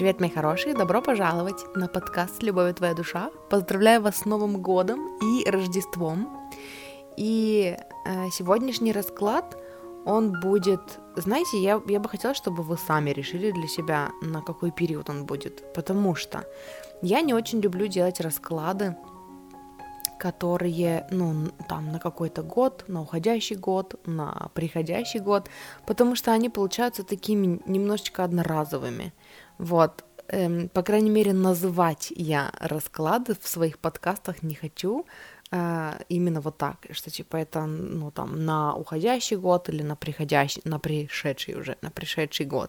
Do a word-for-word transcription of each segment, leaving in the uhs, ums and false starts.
Привет, мои хорошие! Добро пожаловать на подкаст «С любовью твоя душа». Поздравляю вас с Новым годом и Рождеством. И э, сегодняшний расклад, он будет... Знаете, я, я бы хотела, чтобы вы сами решили для себя, на какой период он будет. Потому что я не очень люблю делать расклады, которые, ну, там, на какой-то год, на уходящий год, на приходящий год, потому что они получаются такими немножечко одноразовыми. Вот, эм, по крайней мере, называть я расклады в своих подкастах не хочу, э, именно вот так, что типа это, ну, там, на уходящий год или на приходящий, на пришедший уже, на пришедший год.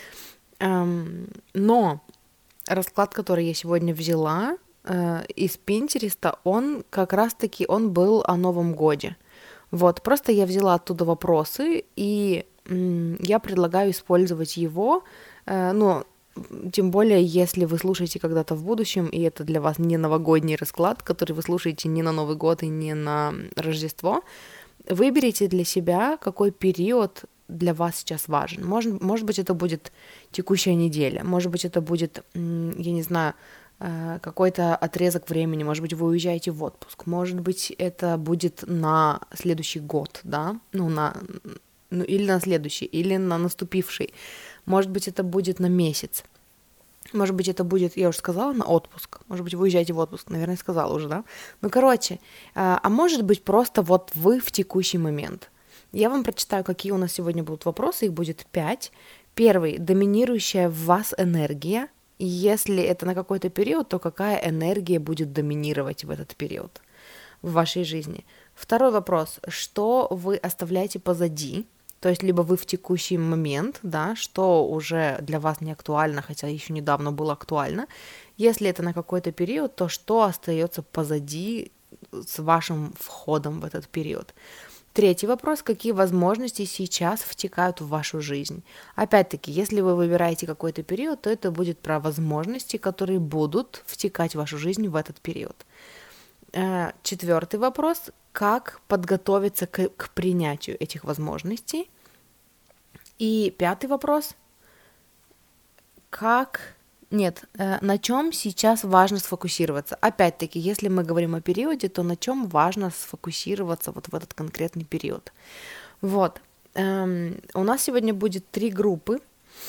Эм, но расклад, который я сегодня взяла, из Пинтереста, он как раз-таки, он был о Новом годе. Вот, просто я взяла оттуда вопросы, и м, я предлагаю использовать его, э, ну, тем более, если вы слушаете когда-то в будущем, и это для вас не новогодний расклад, который вы слушаете не на Новый год и не на Рождество, выберите для себя, какой период для вас сейчас важен. Может, может быть, это будет текущая неделя, может быть, это будет, я не знаю, какой-то отрезок времени, может быть, вы уезжаете в отпуск, может быть, это будет на следующий год, да, ну, на, ну, или на следующий, или на наступивший, может быть, это будет на месяц, может быть, это будет, я уже сказала, на отпуск, может быть, вы уезжаете в отпуск, наверное, сказала уже, да, ну, короче, а, а может быть, просто вот вы в текущий момент. Я вам прочитаю, какие у нас сегодня будут вопросы, их будет пять. Первый, доминирующая в вас энергия. И если это на какой-то период, то какая энергия будет доминировать в этот период в вашей жизни? Второй вопрос. Что вы оставляете позади? То есть либо вы в текущий момент, да, что уже для вас не актуально, хотя еще недавно было актуально. Если это на какой-то период, то что остается позади с вашим входом в этот период? Третий вопрос. Какие возможности сейчас втекают в вашу жизнь? Опять-таки, если вы выбираете какой-то период, то это будет про возможности, которые будут втекать в вашу жизнь в этот период. Четвертый вопрос. Как подготовиться к, к принятию этих возможностей? И пятый вопрос. Как... Нет, на чем сейчас важно сфокусироваться? Опять-таки, если мы говорим о периоде, то на чем важно сфокусироваться вот в этот конкретный период? Вот, эм, у нас сегодня будет три группы.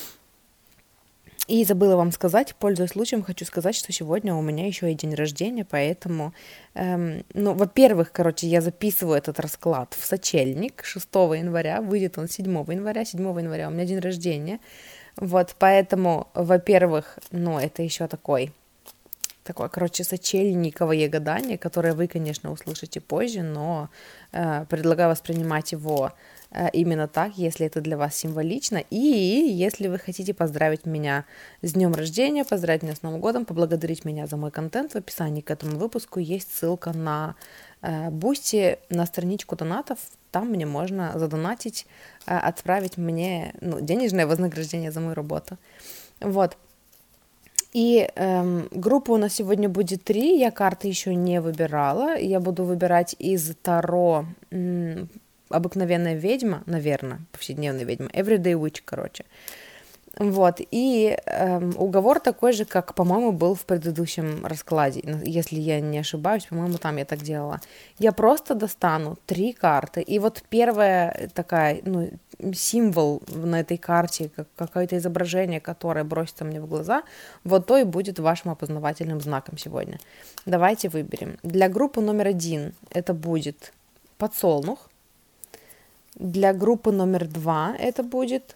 И забыла вам сказать, пользуясь случаем, хочу сказать, что сегодня у меня еще и день рождения, поэтому, эм, ну, во-первых, короче, я записываю этот расклад в сочельник шестого января, выйдет он седьмого января, седьмого января у меня день рождения. Вот, поэтому, во-первых, ну, это еще такой, такое, короче, сочельниковое гадание, которое вы, конечно, услышите позже, но э, предлагаю воспринимать его э, именно так, если это для вас символично, и если вы хотите поздравить меня с днем рождения, поздравить меня с Новым годом, поблагодарить меня за мой контент, в описании к этому выпуску есть ссылка на Бусти, на страничку донатов, там мне можно задонатить, отправить мне, ну, денежное вознаграждение за мою работу. Вот. И эм, группа у нас сегодня будет три, я карты еще не выбирала, я буду выбирать из Таро м, обыкновенная ведьма, наверное, повседневная ведьма, Everyday Witch, короче. Вот, и эм, уговор такой же, как, по-моему, был в предыдущем раскладе, если я не ошибаюсь, по-моему, там я так делала. Я просто достану три карты, и вот первая такая, ну, символ на этой карте, как, какое-то изображение, которое бросится мне в глаза, вот то и будет вашим опознавательным знаком сегодня. Давайте выберем. Для группы номер один это будет подсолнух, для группы номер два это будет...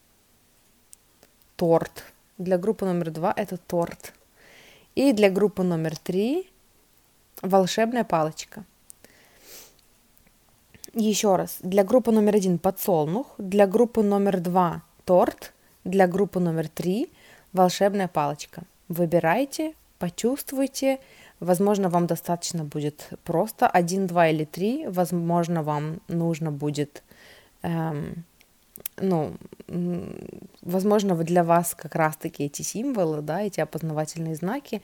торт. Для группы номер два это торт. И для группы номер три волшебная палочка. Еще раз. Для группы номер один подсолнух. Для группы номер два торт. Для группы номер три волшебная палочка. Выбирайте, почувствуйте. Возможно, вам достаточно будет просто один, два или три. Возможно, вам нужно будет... Эм, ну, возможно, для вас как раз-таки эти символы, да, эти опознавательные знаки,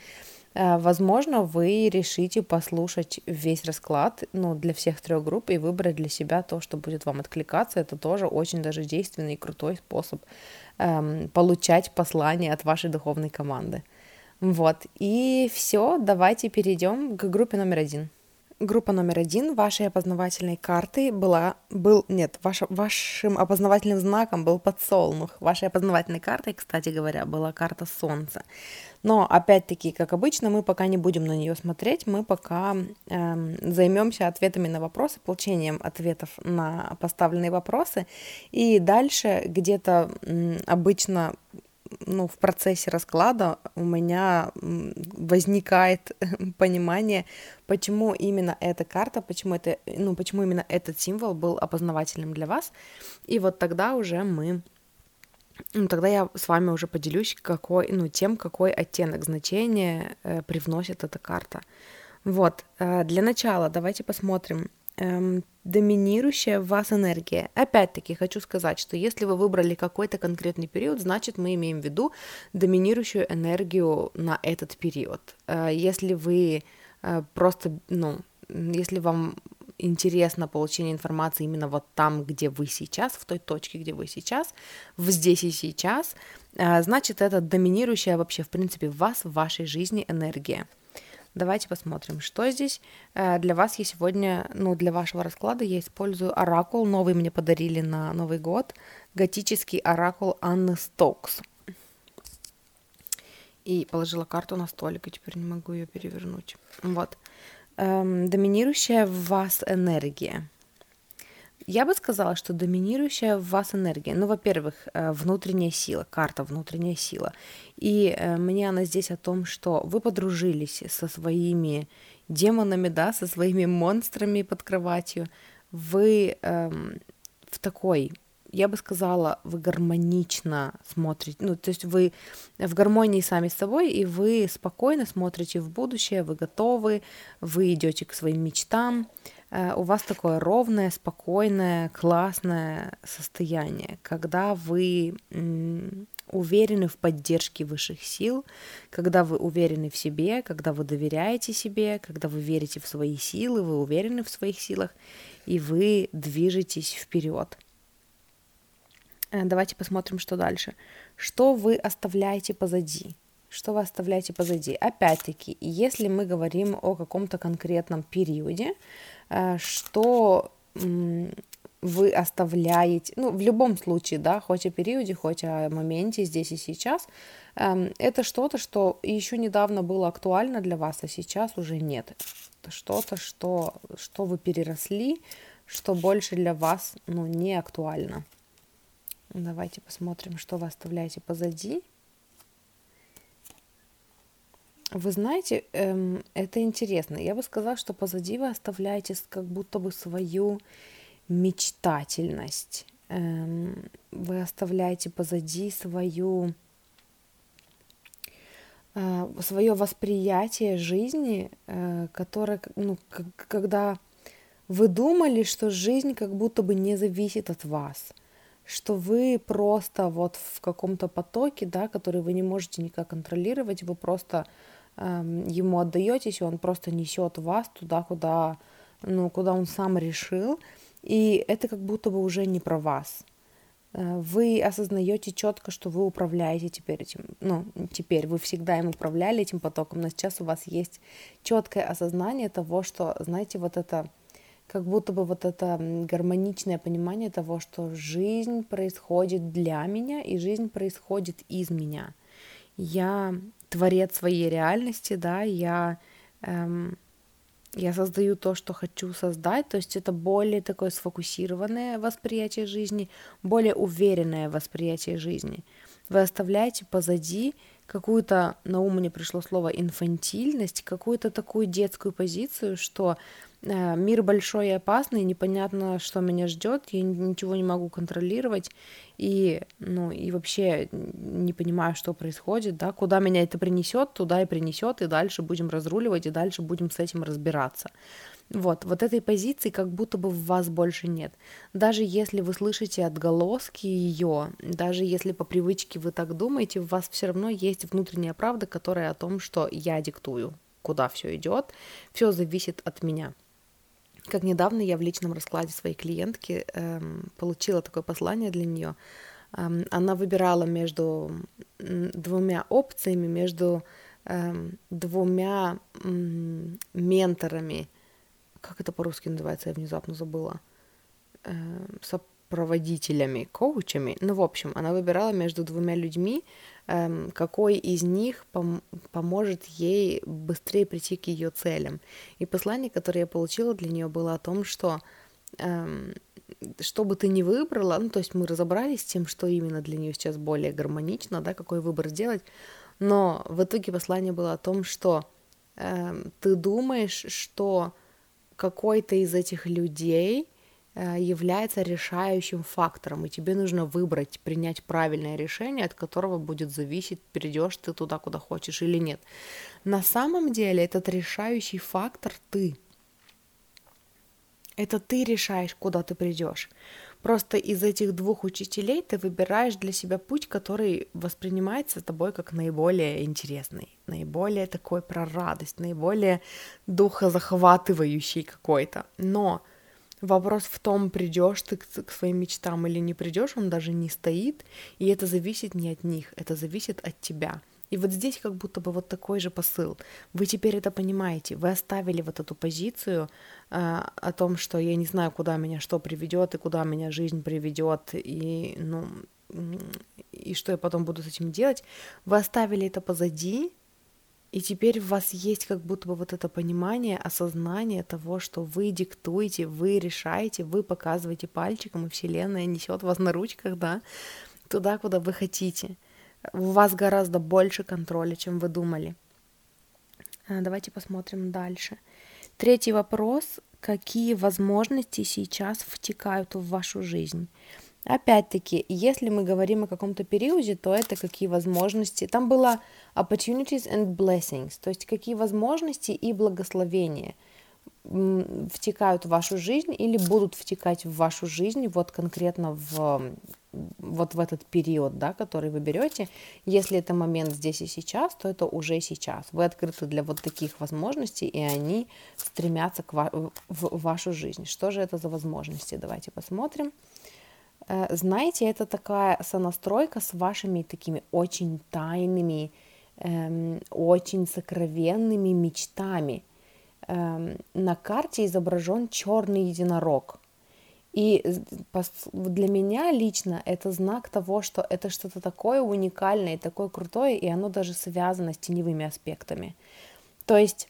Э, Возможно, вы решите послушать весь расклад, ну, для всех трех групп и выбрать для себя то, что будет вам откликаться. Это тоже очень даже действенный и крутой способ эм, получать послание от вашей духовной команды. Вот, и все, давайте перейдем к группе номер один. Группа номер один вашей опознавательной карты была, был, нет, ваш, вашим опознавательным знаком был подсолнух. Вашей опознавательной картой, кстати говоря, была карта Солнца. Но, опять-таки, как обычно, мы пока не будем на нее смотреть, мы пока эм, займемся ответами на вопросы, получением ответов на поставленные вопросы. И дальше где-то м, обычно ну, в процессе расклада у меня возникает понимание, почему именно эта карта, почему, это, ну, почему именно этот символ был опознавательным для вас. И вот тогда уже мы, ну, тогда я с вами уже поделюсь какой, ну, тем, какой оттенок значения э, привносит эта карта. Вот, э, для начала давайте посмотрим. Эм, доминирующая в вас энергия. Опять-таки хочу сказать, что если вы выбрали какой-то конкретный период, значит мы имеем в виду доминирующую энергию на этот период. Э, если вы э, просто, ну, если вам интересно получение информации именно вот там, где вы сейчас, в той точке, где вы сейчас, в здесь и сейчас, э, значит это доминирующая вообще в принципе в вас, в вашей жизни энергия. Давайте посмотрим, что здесь для вас я сегодня, ну, для вашего расклада я использую оракул, новый мне подарили на Новый год, готический оракул Анны Стокс. И положила карту на столик, и теперь не могу ее перевернуть. Вот. Эм, доминирующая в вас энергия. Я бы сказала, что доминирующая в вас энергия, ну, во-первых, внутренняя сила, карта внутренняя сила. И э, мне она здесь о том, что вы подружились со своими демонами, да, со своими монстрами под кроватью. Вы э, в такой, я бы сказала, вы гармонично смотрите, ну, то есть вы в гармонии сами с собой, и вы спокойно смотрите в будущее, вы готовы, вы идете к своим мечтам. У вас такое ровное, спокойное, классное состояние, когда вы м, уверены в поддержке высших сил, когда вы уверены в себе, когда вы доверяете себе, когда вы верите в свои силы, вы уверены в своих силах, и вы движетесь вперед. Давайте посмотрим, что дальше. Что вы оставляете позади? Что вы оставляете позади? Опять-таки, если мы говорим о каком-то конкретном периоде, что вы оставляете, ну, в любом случае, да, хоть о периоде, хоть о моменте здесь и сейчас, это что-то, что еще недавно было актуально для вас, а сейчас уже нет. Это что-то, что, что вы переросли, что больше для вас, ну, не актуально. Давайте посмотрим, что вы оставляете позади. Вы знаете, эм, это интересно. Я бы сказала, что позади вы оставляете как будто бы свою мечтательность. Эм, вы оставляете позади свою, э, свое восприятие жизни, э, которое, ну, как, когда вы думали, что жизнь как будто бы не зависит от вас, что вы просто вот в каком-то потоке, да, который вы не можете никак контролировать, вы просто ему отдаетесь, и он просто несет вас туда, куда, ну, куда он сам решил, и это как будто бы уже не про вас. Вы осознаете четко, что вы управляете теперь этим, ну, теперь вы всегда им управляли этим потоком, но сейчас у вас есть четкое осознание того, что, знаете, вот это, как будто бы вот это гармоничное понимание того, что жизнь происходит для меня, и жизнь происходит из меня. Я творец своей реальности, да, я, эм, я создаю то, что хочу создать, то есть это более такое сфокусированное восприятие жизни, более уверенное восприятие жизни. Вы оставляете позади какую-то, на ум мне пришло слово инфантильность, какую-то такую детскую позицию, что э, мир большой и опасный, непонятно, что меня ждет, я ничего не могу контролировать, и, ну, и вообще не понимаю, что происходит, да, куда меня это принесет, туда и принесет, и дальше будем разруливать, и дальше будем с этим разбираться. Вот, вот этой позиции как будто бы в вас больше нет. Даже если вы слышите отголоски ее, даже если по привычке вы так думаете, у вас все равно есть внутренняя правда, которая о том, что я диктую, куда все идет, все зависит от меня. Как недавно я в личном раскладе своей клиентки эм, получила такое послание для нее. Эм, она выбирала между двумя опциями, между эм, двумя м, менторами. Как это по-русски называется, я внезапно забыла, э, сопроводителями, коучами. Ну, в общем, она выбирала между двумя людьми, э, какой из них пом- поможет ей быстрее прийти к ее целям. И послание, которое я получила для нее, было о том, что э, что бы ты ни выбрала, ну, то есть мы разобрались с тем, что именно для нее сейчас более гармонично, да, какой выбор сделать, но в итоге послание было о том, что э, ты думаешь, что какой-то из этих людей э, является решающим фактором, и тебе нужно выбрать, принять правильное решение, от которого будет зависеть, перейдешь ты туда, куда хочешь или нет. На самом деле этот решающий фактор ты. Это ты решаешь, куда ты придешь. Просто из этих двух учителей ты выбираешь для себя путь, который воспринимается тобой как наиболее интересный, наиболее такой про радость, наиболее духозахватывающий какой-то. Но вопрос в том, придешь ты к, к своим мечтам или не придешь, он даже не стоит, и это зависит не от них, это зависит от тебя. И вот здесь как будто бы вот такой же посыл. Вы теперь это понимаете, вы оставили вот эту позицию э, о том, что я не знаю, куда меня что приведет и куда меня жизнь приведет, и, ну, и что я потом буду с этим делать. Вы оставили это позади, и теперь у вас есть как будто бы вот это понимание, осознание того, что вы диктуете, вы решаете, вы показываете пальчиком, и Вселенная несет вас на ручках, да, туда, куда вы хотите. У вас гораздо больше контроля, чем вы думали. Давайте посмотрим дальше. Третий вопрос. Какие возможности сейчас втекают в вашу жизнь? Опять-таки, если мы говорим о каком-то периоде, то это какие возможности. Там было opportunities and blessings, то есть какие возможности и благословения втекают в вашу жизнь или будут втекать в вашу жизнь вот конкретно в, вот в этот период, да, который вы берете. Если это момент здесь и сейчас, то это уже сейчас. Вы открыты для вот таких возможностей, и они стремятся к ва- в вашу жизнь. Что же это за возможности? Давайте посмотрим. Знаете, это такая сонастройка с вашими такими очень тайными, эм, очень сокровенными мечтами. На карте изображен черный единорог. И для меня лично это знак того, что это что-то такое уникальное, такое крутое, и оно даже связано с теневыми аспектами. То есть,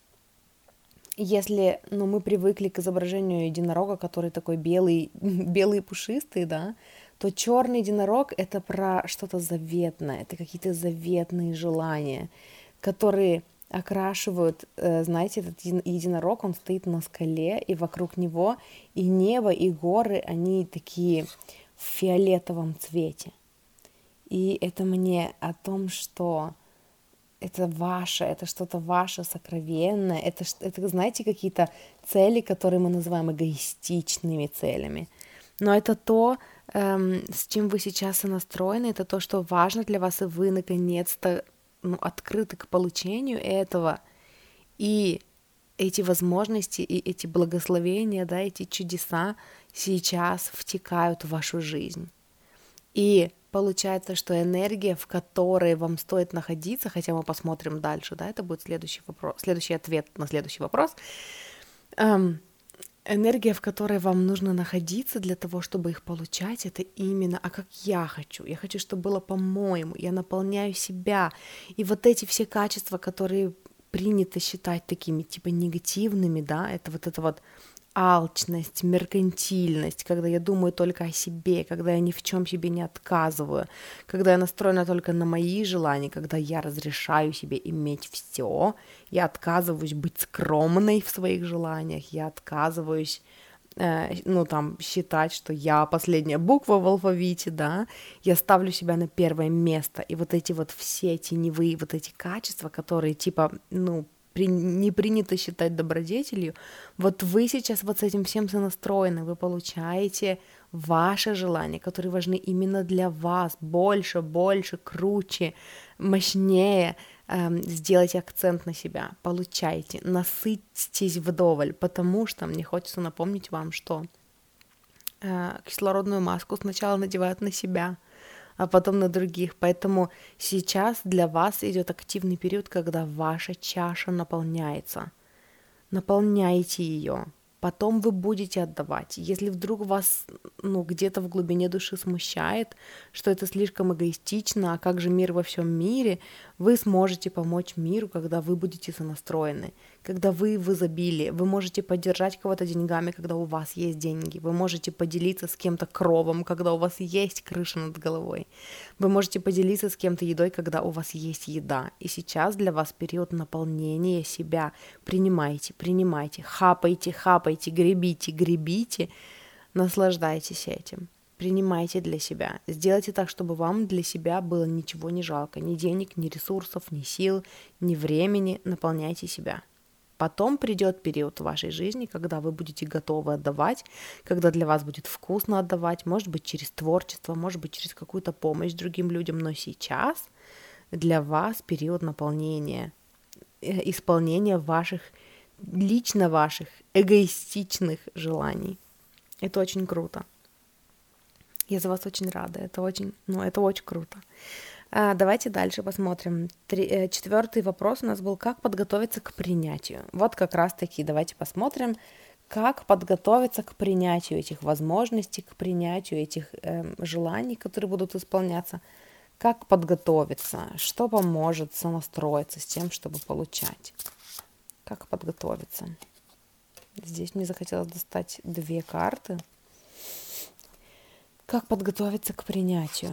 если ну, мы привыкли к изображению единорога, который такой белый, белый и пушистый, да, то черный единорог — это про что-то заветное, это какие-то заветные желания, которые окрашивают, знаете, этот единорог, он стоит на скале, и вокруг него и небо, и горы, они такие в фиолетовом цвете. И это мне о том, что это ваше, это что-то ваше сокровенное, это, это знаете, какие-то цели, которые мы называем эгоистичными целями. Но это то, эм, с чем вы сейчас и настроены, это то, что важно для вас, и вы наконец-то ну, открыты к получению этого, и эти возможности, и эти благословения, да, эти чудеса сейчас втекают в вашу жизнь. И получается, что энергия, в которой вам стоит находиться, хотя мы посмотрим дальше, да, это будет следующий вопрос, следующий ответ на следующий вопрос, эм, энергия, в которой вам нужно находиться для того, чтобы их получать, это именно, а как я хочу. Я хочу, чтобы было по-моему. Я наполняю себя. И вот эти все качества, которые принято считать такими типа негативными, да, это вот это вот алчность, меркантильность, когда я думаю только о себе, когда я ни в чем себе не отказываю, когда я настроена только на мои желания, когда я разрешаю себе иметь все, я отказываюсь быть скромной в своих желаниях, я отказываюсь, э, ну, там, считать, что я последняя буква в алфавите, да, я ставлю себя на первое место, и вот эти вот все теневые вот эти качества, которые, типа, ну, при, не принято считать добродетелью, вот вы сейчас вот с этим всем сонастроены, вы получаете ваши желания, которые важны именно для вас, больше, больше, круче, мощнее, эм, сделайте акцент на себя, получайте, насытьтесь вдоволь, потому что мне хочется напомнить вам, что э, кислородную маску сначала надевают на себя, а потом на других. Поэтому сейчас для вас идет активный период, когда ваша чаша наполняется. Наполняйте ее. Потом вы будете отдавать. Если вдруг вас ну, где-то в глубине души смущает, что это слишком эгоистично, а как же мир во всем мире, вы сможете помочь миру, когда вы будете сонастроены, когда вы в изобилии. Вы можете поддержать кого-то деньгами, когда у вас есть деньги. Вы можете поделиться с кем-то кровом, когда у вас есть крыша над головой. Вы можете поделиться с кем-то едой, когда у вас есть еда. И сейчас для вас период наполнения себя. Принимайте, принимайте, хапайте, хапайте, гребите, гребите, наслаждайтесь этим. Принимайте для себя. Сделайте так, чтобы вам для себя было ничего не жалко. Ни денег, ни ресурсов, ни сил, ни времени. Наполняйте себя. Потом придет период в вашей жизни, когда вы будете готовы отдавать, когда для вас будет вкусно отдавать, может быть, через творчество, может быть, через какую-то помощь другим людям. Но сейчас для вас период наполнения, исполнения ваших, лично ваших эгоистичных желаний. Это очень круто. Я за вас очень рада. Это очень, ну, это очень круто. А, давайте дальше посмотрим. Три, э, четвертый вопрос у нас был, как подготовиться к принятию. Вот как раз-таки давайте посмотрим, как подготовиться к принятию этих возможностей, к принятию этих э, желаний, которые будут исполняться. Как подготовиться, что поможет сонастроиться с тем, чтобы получать. Как подготовиться. Здесь мне захотелось достать две карты. Как подготовиться к принятию?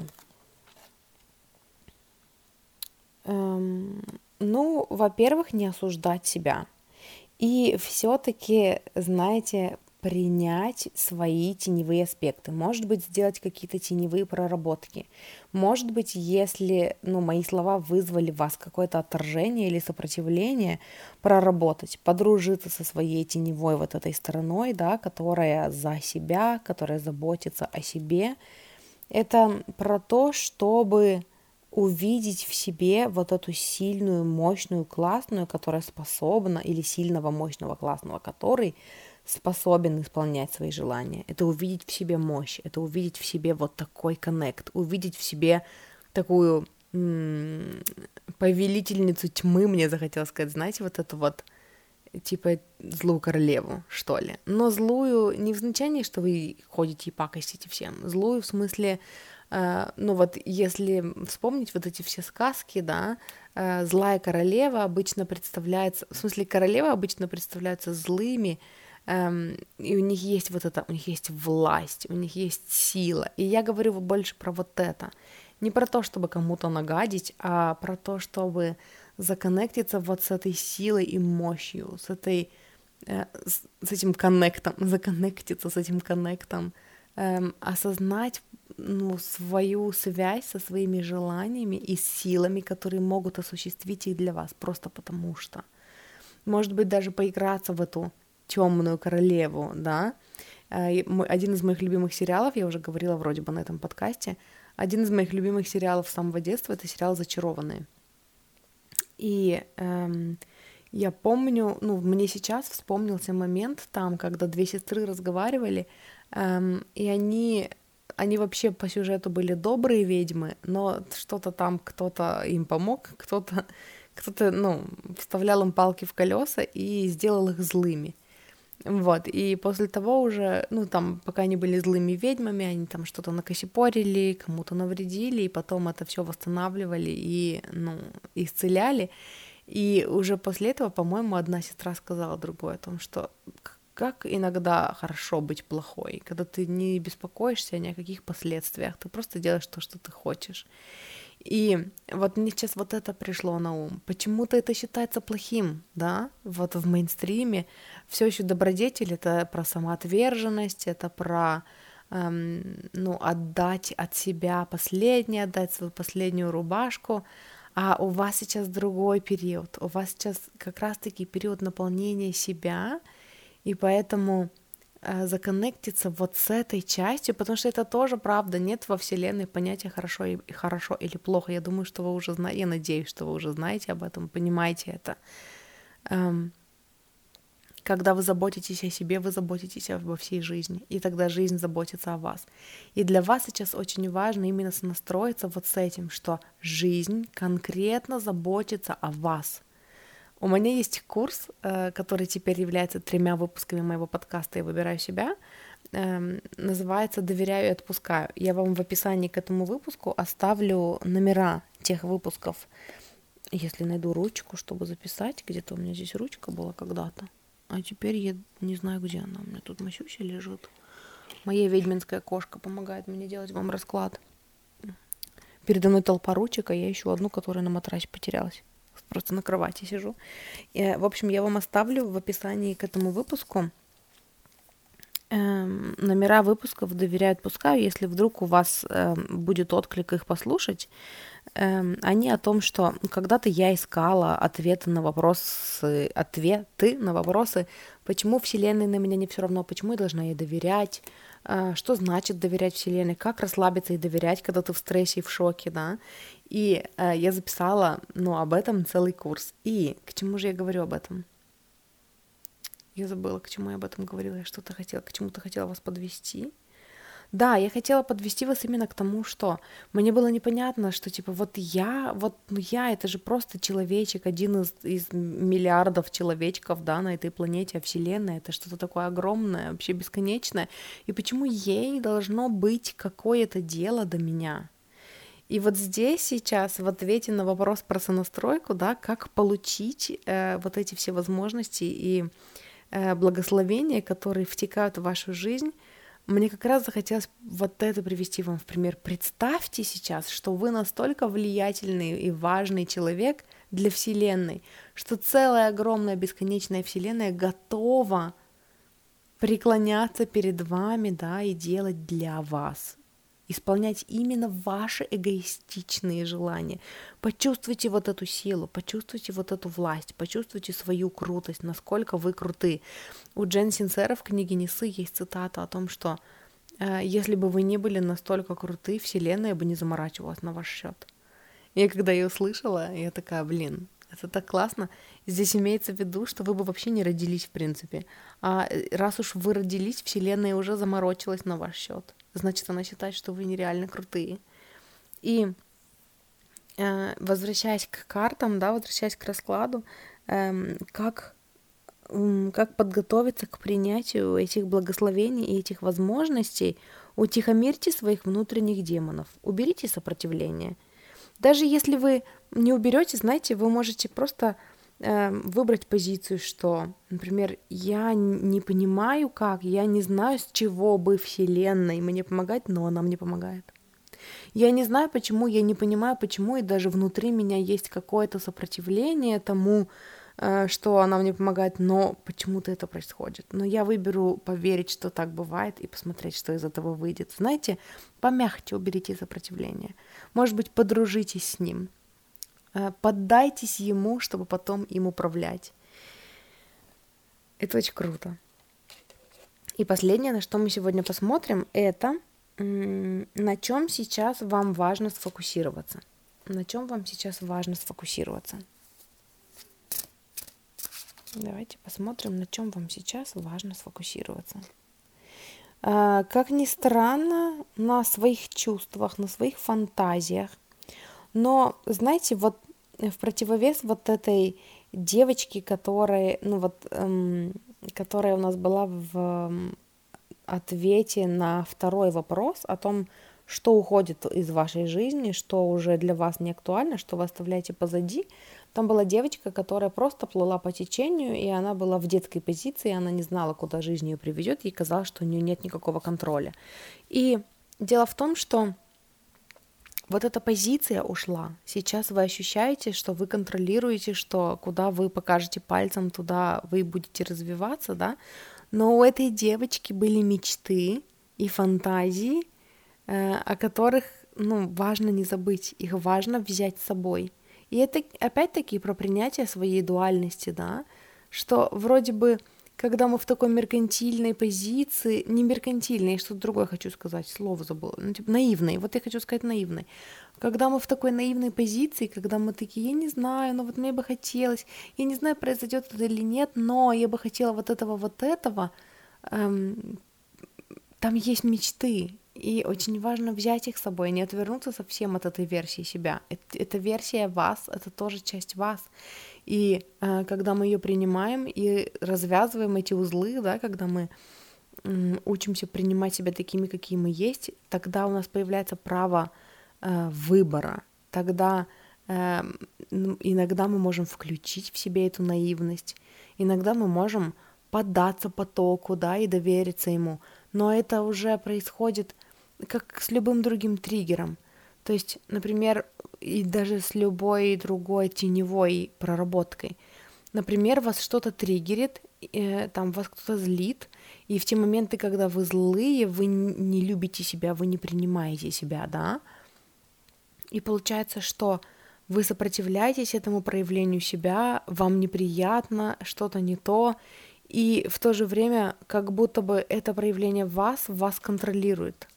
Эм, ну, во-первых, не осуждать себя. И все-таки, знаете, принять свои теневые аспекты. Может быть, сделать какие-то теневые проработки. Может быть, если, ну, мои слова вызвали в вас какое-то отторжение или сопротивление, проработать, подружиться со своей теневой вот этой стороной, да, которая за себя, которая заботится о себе. Это про то, чтобы увидеть в себе вот эту сильную, мощную, классную, которая способна, или сильного, мощного, классного, который способен исполнять свои желания. Это увидеть в себе мощь, это увидеть в себе вот такой коннект, увидеть в себе такую м- повелительницу тьмы, мне захотелось сказать, знаете, вот эту вот, типа, злую королеву, что ли. Но злую не в значении, что вы ходите и пакостите всем. Злую в смысле, э, ну вот, если вспомнить вот эти все сказки, да, э, злая королева обычно представляется, в смысле, королева обычно представляются злыми, эм, и у них есть вот это, у них есть власть, у них есть сила. И я говорю больше про вот это. Не про то, чтобы кому-то нагадить, а про то, чтобы законнектиться вот с этой силой и мощью, с этой, э, с, с этим коннектом, законнектиться с этим коннектом, эм, осознать, ну, свою связь со своими желаниями и силами, которые могут осуществить их для вас, просто потому что. Может быть, даже поиграться в эту темную королеву, да. Э, один из моих любимых сериалов, я уже говорила вроде бы на этом подкасте, один из моих любимых сериалов с самого детства — это сериал «Зачарованные». И эм, я помню, ну, мне сейчас вспомнился момент там, когда две сестры разговаривали, эм, и они, они вообще по сюжету были добрые ведьмы, но что-то там кто-то им помог, кто-то, кто-то, ну, вставлял им палки в колеса и сделал их злыми. Вот, и после того уже, ну, там, пока они были злыми ведьмами, они там что-то накосипорили, кому-то навредили, и потом это все восстанавливали и, ну, исцеляли. И уже после этого, по-моему, одна сестра сказала другой о том, что как иногда хорошо быть плохой, когда ты не беспокоишься ни о каких последствиях, ты просто делаешь то, что ты хочешь. И вот мне сейчас вот это пришло на ум. Почему-то это считается плохим, да? Вот в мейнстриме все еще добродетель — это про самоотверженность, это про эм, ну, отдать от себя последнее, отдать свою последнюю рубашку. А у вас сейчас другой период, у вас сейчас как раз-таки период наполнения себя, и поэтому э, законнектиться вот с этой частью, потому что это тоже правда, нет во Вселенной понятия хорошо и и хорошо или плохо. Я думаю, что вы уже знаете, я надеюсь, что вы уже знаете об этом, понимаете это. Эм, Когда вы заботитесь о себе, вы заботитесь обо всей жизни, и тогда жизнь заботится о вас. И для вас сейчас очень важно именно настроиться вот с этим, что жизнь конкретно заботится о вас. У меня есть курс, э, который теперь является тремя выпусками моего подкаста «Я выбираю себя», эм, называется «Доверяю и отпускаю». Я вам в описании к этому выпуску оставлю номера тех выпусков, если найду ручку, чтобы записать. Где-то у меня здесь ручка была когда-то. А теперь я не знаю, где она. У меня тут Масюся лежит. Моя ведьминская кошка помогает мне делать вам расклад. Передо мной толпа ручек, а я ищу одну, которая на матрасе потерялась. Просто на кровати сижу. И, в общем, я вам оставлю в описании к этому выпуску эм, номера выпусков «Доверяю, отпускаю». Если вдруг у вас эм, будет отклик их послушать, эм, они о том, что когда-то я искала ответы на вопросы, ответы на вопросы, почему Вселенной на меня не все равно, почему я должна ей доверять, э, что значит доверять Вселенной, как расслабиться и доверять, когда ты в стрессе и в шоке, да. И э, я записала, ну, об этом целый курс. И к чему же я говорю об этом? Я забыла, к чему я об этом говорила, я что-то хотела, к чему-то хотела вас подвести. Да, я хотела подвести вас именно к тому, что мне было непонятно, что типа вот я, вот ну я, это же просто человечек, один из, из миллиардов человечков, да, на этой планете, а Вселенная это что-то такое огромное, вообще бесконечное, и почему ей должно быть какое-то дело до меня? И вот здесь сейчас в ответе на вопрос про сонастройку, да, как получить э, вот эти все возможности и э, благословения, которые втекают в вашу жизнь, мне как раз захотелось вот это привести вам в пример. Представьте сейчас, что вы настолько влиятельный и важный человек для Вселенной, что целая огромная бесконечная Вселенная готова преклоняться перед вами, да, и делать для вас, исполнять именно ваши эгоистичные желания. Почувствуйте вот эту силу, почувствуйте вот эту власть, почувствуйте свою крутость, насколько вы круты. У Джен Синсера в книге Несы есть цитата о том, что э, если бы вы не были настолько круты, Вселенная бы не заморачивалась на ваш счет. Я когда ее услышала, я такая, блин, это так классно. Здесь имеется в виду, что вы бы вообще не родились в принципе. А раз уж вы родились, Вселенная уже заморочилась на ваш счет. Значит, она считает, что вы нереально крутые. И э, возвращаясь к картам, да, возвращаясь к раскладу, э, как, э, как подготовиться к принятию этих благословений и этих возможностей, утихомирьте своих внутренних демонов, уберите сопротивление. Даже если вы не уберете, знаете, вы можете просто э, выбрать позицию, что, например, я не понимаю как, я не знаю, с чего бы Вселенной мне помогать, но она мне помогает. Я не знаю, почему, я не понимаю, почему, и даже внутри меня есть какое-то сопротивление тому, э, что она мне помогает, но почему-то это происходит. Но я выберу поверить, что так бывает, и посмотреть, что из этого выйдет. Знаете, помягче уберите сопротивление. Может быть, подружитесь с ним. Э, поддайтесь ему, чтобы потом им управлять. Это очень круто. И последнее, на что мы сегодня посмотрим, это на чем сейчас вам важно сфокусироваться. На чем вам сейчас важно сфокусироваться. Давайте посмотрим, на чем вам сейчас важно сфокусироваться. А, как ни странно, на своих чувствах, на своих фантазиях. Но, знаете, вот в противовес вот этой девочке, которая, ну вот, эм, которая у нас была в ответе на второй вопрос о том, что уходит из вашей жизни, что уже для вас не актуально, что вы оставляете позади. Там была девочка, которая просто плыла по течению, и она была в детской позиции, она не знала, куда жизнь ее приведет, ей казалось, что у нее нет никакого контроля. И дело в том, что вот эта позиция ушла. Сейчас вы ощущаете, что вы контролируете, что куда вы покажете пальцем, туда вы будете развиваться, да, но у этой девочки были мечты и фантазии, э, о которых, ну, важно не забыть, их важно взять с собой. И это опять-таки про принятие своей дуальности, да, что вроде бы, когда мы в такой меркантильной позиции, не меркантильной, что-то другое хочу сказать, слово забыла, ну, типа наивной, вот я хочу сказать наивной, когда мы в такой наивной позиции, когда мы такие, я не знаю, но вот мне бы хотелось, я не знаю, произойдет это или нет, но я бы хотела вот этого, вот этого, эм, там есть мечты, и очень важно взять их с собой, не отвернуться совсем от этой версии себя. Это, это версия вас, это тоже часть вас. И э, когда мы ее принимаем и развязываем эти узлы, да, когда мы э, учимся принимать себя такими, какие мы есть, тогда у нас появляется право э, выбора. Тогда э, иногда мы можем включить в себе эту наивность, иногда мы можем поддаться потоку, да, и довериться ему. Но это уже происходит как с любым другим триггером. То есть, например, и даже с любой другой теневой проработкой. Например, вас что-то триггерит, э, там вас кто-то злит, и в те моменты, когда вы злые, вы не любите себя, вы не принимаете себя, да? И получается, что вы сопротивляетесь этому проявлению себя, вам неприятно, что-то не то, и в то же время как будто бы это проявление вас вас контролирует.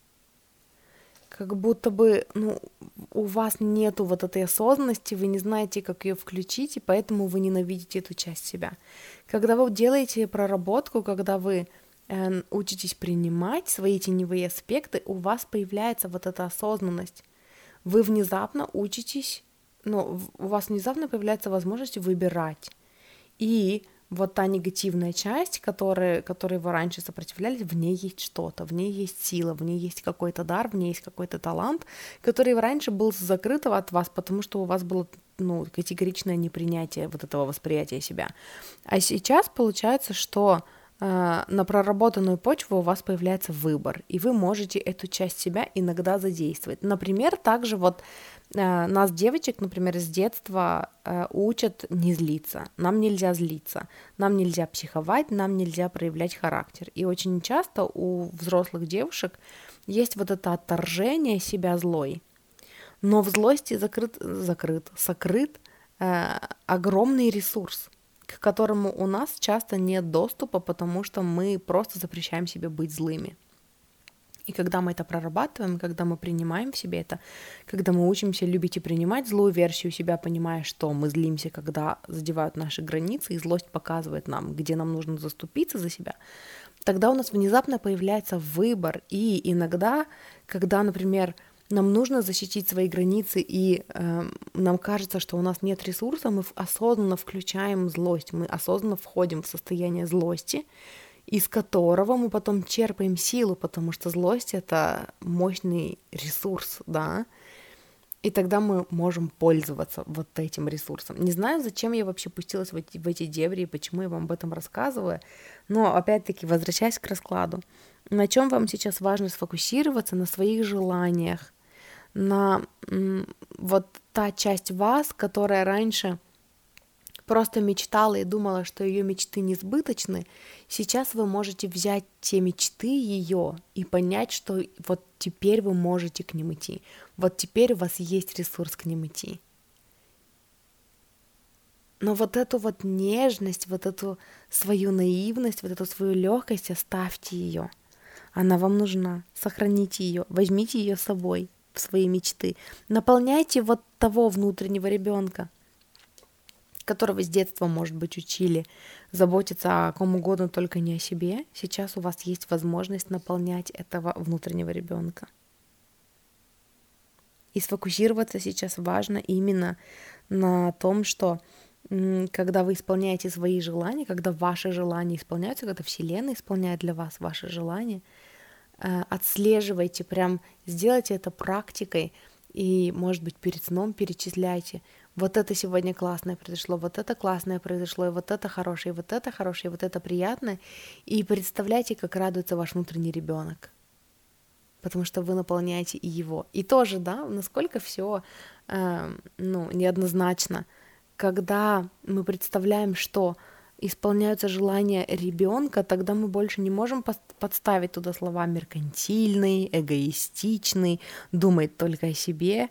Как будто бы, ну, у вас нету вот этой осознанности, вы не знаете, как ее включить, и поэтому вы ненавидите эту часть себя. Когда вы делаете проработку, когда вы э, учитесь принимать свои теневые аспекты, у вас появляется вот эта осознанность. Вы внезапно учитесь, ну, у вас внезапно появляется возможность выбирать. И вот та негативная часть, которой, которой вы раньше сопротивлялись, в ней есть что-то, в ней есть сила, в ней есть какой-то дар, в ней есть какой-то талант, который раньше был закрыт от вас, потому что у вас было, ну, категоричное непринятие вот этого восприятия себя. А сейчас получается, что э, на проработанную почву у вас появляется выбор, и вы можете эту часть себя иногда задействовать. Например, также вот нас, девочек, например, с детства э, учат не злиться. Нам нельзя злиться, нам нельзя психовать, нам нельзя проявлять характер. И очень часто у взрослых девушек есть вот это отторжение себя злой. Но в злости закрыт, закрыт, сокрыт э, огромный ресурс, к которому у нас часто нет доступа, потому что мы просто запрещаем себе быть злыми. И когда мы это прорабатываем, когда мы принимаем в себе это, когда мы учимся любить и принимать злую версию себя, понимая, что мы злимся, когда задевают наши границы, и злость показывает нам, где нам нужно заступиться за себя, тогда у нас внезапно появляется выбор. И иногда, когда, например, нам нужно защитить свои границы, и э, нам кажется, что у нас нет ресурса, мы осознанно включаем злость, мы осознанно входим в состояние злости, из которого мы потом черпаем силу, потому что злость — это мощный ресурс, да, и тогда мы можем пользоваться вот этим ресурсом. Не знаю, зачем я вообще пустилась в эти, в эти дебри и почему я вам об этом рассказываю, но опять-таки, возвращаясь к раскладу, на чем вам сейчас важно сфокусироваться? На своих желаниях, на м, вот та часть вас, которая раньше просто мечтала и думала, что ее мечты несбыточны, сейчас вы можете взять те мечты ее и понять, что вот теперь вы можете к ним идти, вот теперь у вас есть ресурс к ним идти. Но вот эту вот нежность, вот эту свою наивность, вот эту свою легкость, оставьте ее. Она вам нужна. Сохраните ее, возьмите ее с собой в свои мечты. Наполняйте вот того внутреннего ребенка, которого с детства, может быть, учили заботиться о ком угодно, только не о себе. Сейчас у вас есть возможность наполнять этого внутреннего ребенка. И сфокусироваться сейчас важно именно на том, что когда вы исполняете свои желания, когда ваши желания исполняются, когда Вселенная исполняет для вас ваши желания, отслеживайте, прям сделайте это практикой, и, может быть, перед сном перечисляйте: вот это сегодня классное произошло, вот это классное произошло, и вот это хорошее, и вот это хорошее, и вот это приятное. И представляйте, как радуется ваш внутренний ребенок, потому что вы наполняете и его. И тоже, да, насколько все э, ну, неоднозначно, когда мы представляем, что исполняются желания ребенка, тогда мы больше не можем подставить туда слова меркантильный, эгоистичный, думает только о себе.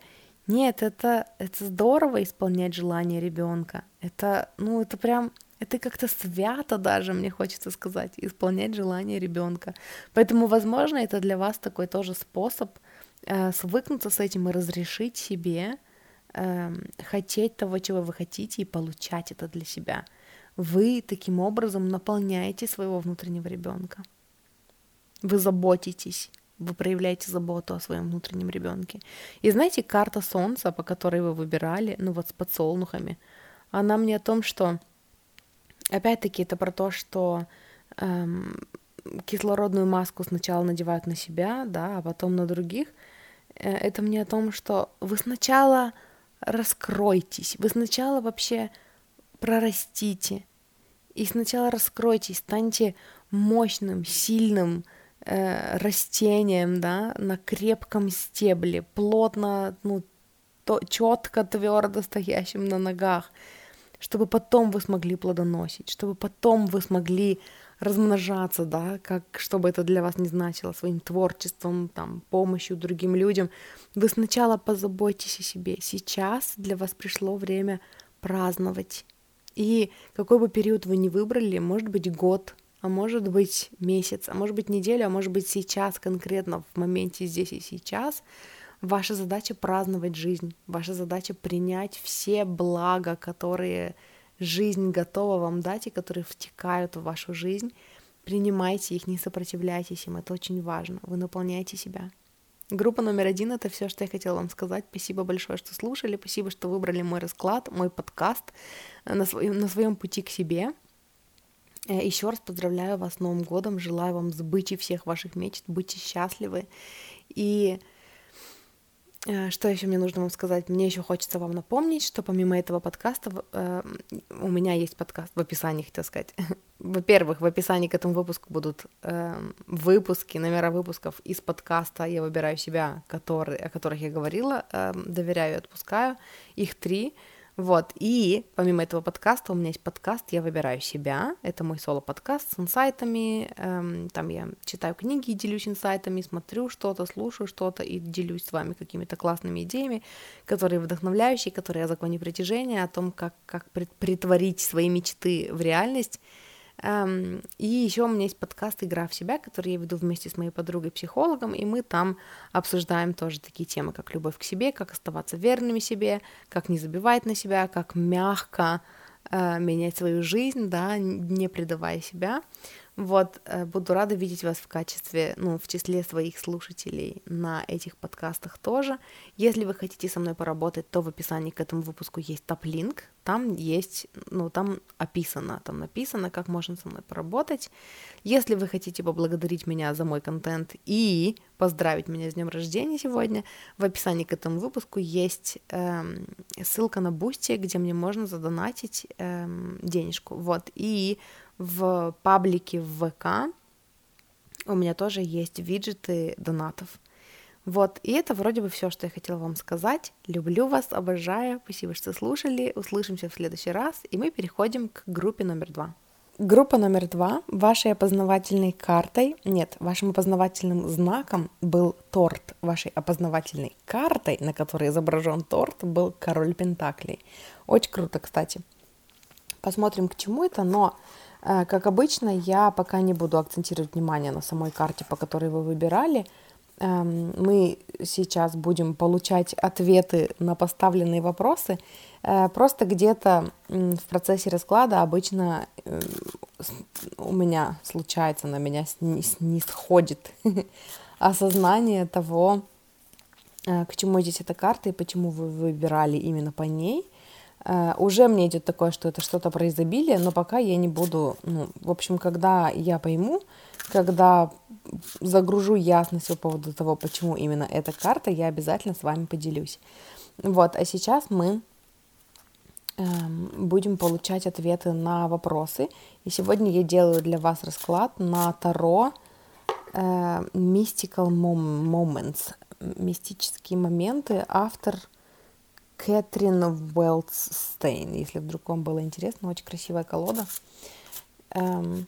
Нет, это, это здорово исполнять желание ребенка. Это, ну, это прям, это как-то свято даже, мне хочется сказать, исполнять желание ребенка. Поэтому, возможно, это для вас такой тоже способ э, свыкнуться с этим и разрешить себе э, хотеть того, чего вы хотите, и получать это для себя. Вы таким образом наполняете своего внутреннего ребенка. Вы заботитесь, вы проявляете заботу о своем внутреннем ребенке. И знаете, карта Солнца, по которой вы выбирали, ну вот с подсолнухами, она мне о том, что, опять-таки, это про то, что эм, кислородную маску сначала надевают на себя, да, а потом на других. Э, это мне о том, что вы сначала раскройтесь, вы сначала вообще прорастите, и сначала раскройтесь, станьте мощным, сильным, э, растением, да, на крепком стебле, плотно, ну, то, четко, твердо стоящим на ногах, чтобы потом вы смогли плодоносить, чтобы потом вы смогли размножаться, да, как, чтобы это для вас не значило, своим творчеством, там, помощью другим людям. Вы сначала позаботьтесь о себе. Сейчас для вас пришло время праздновать. И какой бы период вы ни выбрали, может быть год, а может быть месяц, а может быть неделя, а может быть сейчас конкретно в моменте здесь и сейчас, ваша задача праздновать жизнь, ваша задача принять все блага, которые жизнь готова вам дать и которые втекают в вашу жизнь. Принимайте их, не сопротивляйтесь им, это очень важно. Вы наполняете себя. Группа номер один — это все, что я хотела вам сказать. Спасибо большое, что слушали, спасибо, что выбрали мой расклад, мой подкаст на своем, на своем пути к себе. Еще раз поздравляю вас с Новым годом, желаю вам сбычи всех ваших мечт, будьте счастливы. И что еще мне нужно вам сказать? Мне еще хочется вам напомнить, что помимо этого подкаста э, у меня есть подкаст в описании, хотела сказать. Во-первых, в описании к этому выпуску будут э, выпуски, номера выпусков из подкаста «Я выбираю себя», который, о которых я говорила, э, доверяю и отпускаю. Их три. Вот, и помимо этого подкаста у меня есть подкаст «Я выбираю себя», это мой соло-подкаст с инсайтами, эм, там я читаю книги и делюсь инсайтами, смотрю что-то, слушаю что-то и делюсь с вами какими-то классными идеями, которые вдохновляющие, которые о законе притяжения, о том, как, как притворить свои мечты в реальность. Um, и еще у меня есть подкаст «Игра в себя», который я веду вместе с моей подругой-психологом, и мы там обсуждаем тоже такие темы, как любовь к себе, как оставаться верными себе, как не забивать на себя, как мягко uh, менять свою жизнь, да, не предавая себя. Вот, буду рада видеть вас в качестве, ну, в числе своих слушателей на этих подкастах тоже. Если вы хотите со мной поработать, то в описании к этому выпуску есть топ-линк, там есть, ну, там описано, там написано, как можно со мной поработать. Если вы хотите поблагодарить меня за мой контент и поздравить меня с днем рождения сегодня, в описании к этому выпуску есть эм, ссылка на Boosty, где мне можно задонатить эм, денежку, вот, и в паблике в ВК у меня тоже есть виджеты донатов. Вот, и это вроде бы все, что я хотела вам сказать. Люблю вас, обожаю, спасибо, что слушали. Услышимся в следующий раз, и мы переходим к группе номер два. Группа номер два. Вашей опознавательной картой, нет, вашим опознавательным знаком был торт. Вашей опознавательной картой, на которой изображен торт, был король пентаклей. Очень круто, кстати. Посмотрим, к чему это, но как обычно, я пока не буду акцентировать внимание на самой карте, по которой вы выбирали. Мы сейчас будем получать ответы на поставленные вопросы. Просто где-то в процессе расклада обычно у меня случается, на меня снисходит осознание того, к чему здесь эта карта и почему вы выбирали именно по ней. Uh, уже мне идет такое, что это что-то про изобилие, но пока я не буду, ну, в общем, когда я пойму, когда загружу ясность по поводу того, почему именно эта карта, я обязательно с вами поделюсь. Вот, а сейчас мы эм, будем получать ответы на вопросы, и сегодня я делаю для вас расклад на Таро э, Mystical Moments, мистические моменты, автор Кэтрин Уэлтстейн, если вдруг вам было интересно, очень красивая колода. Эм...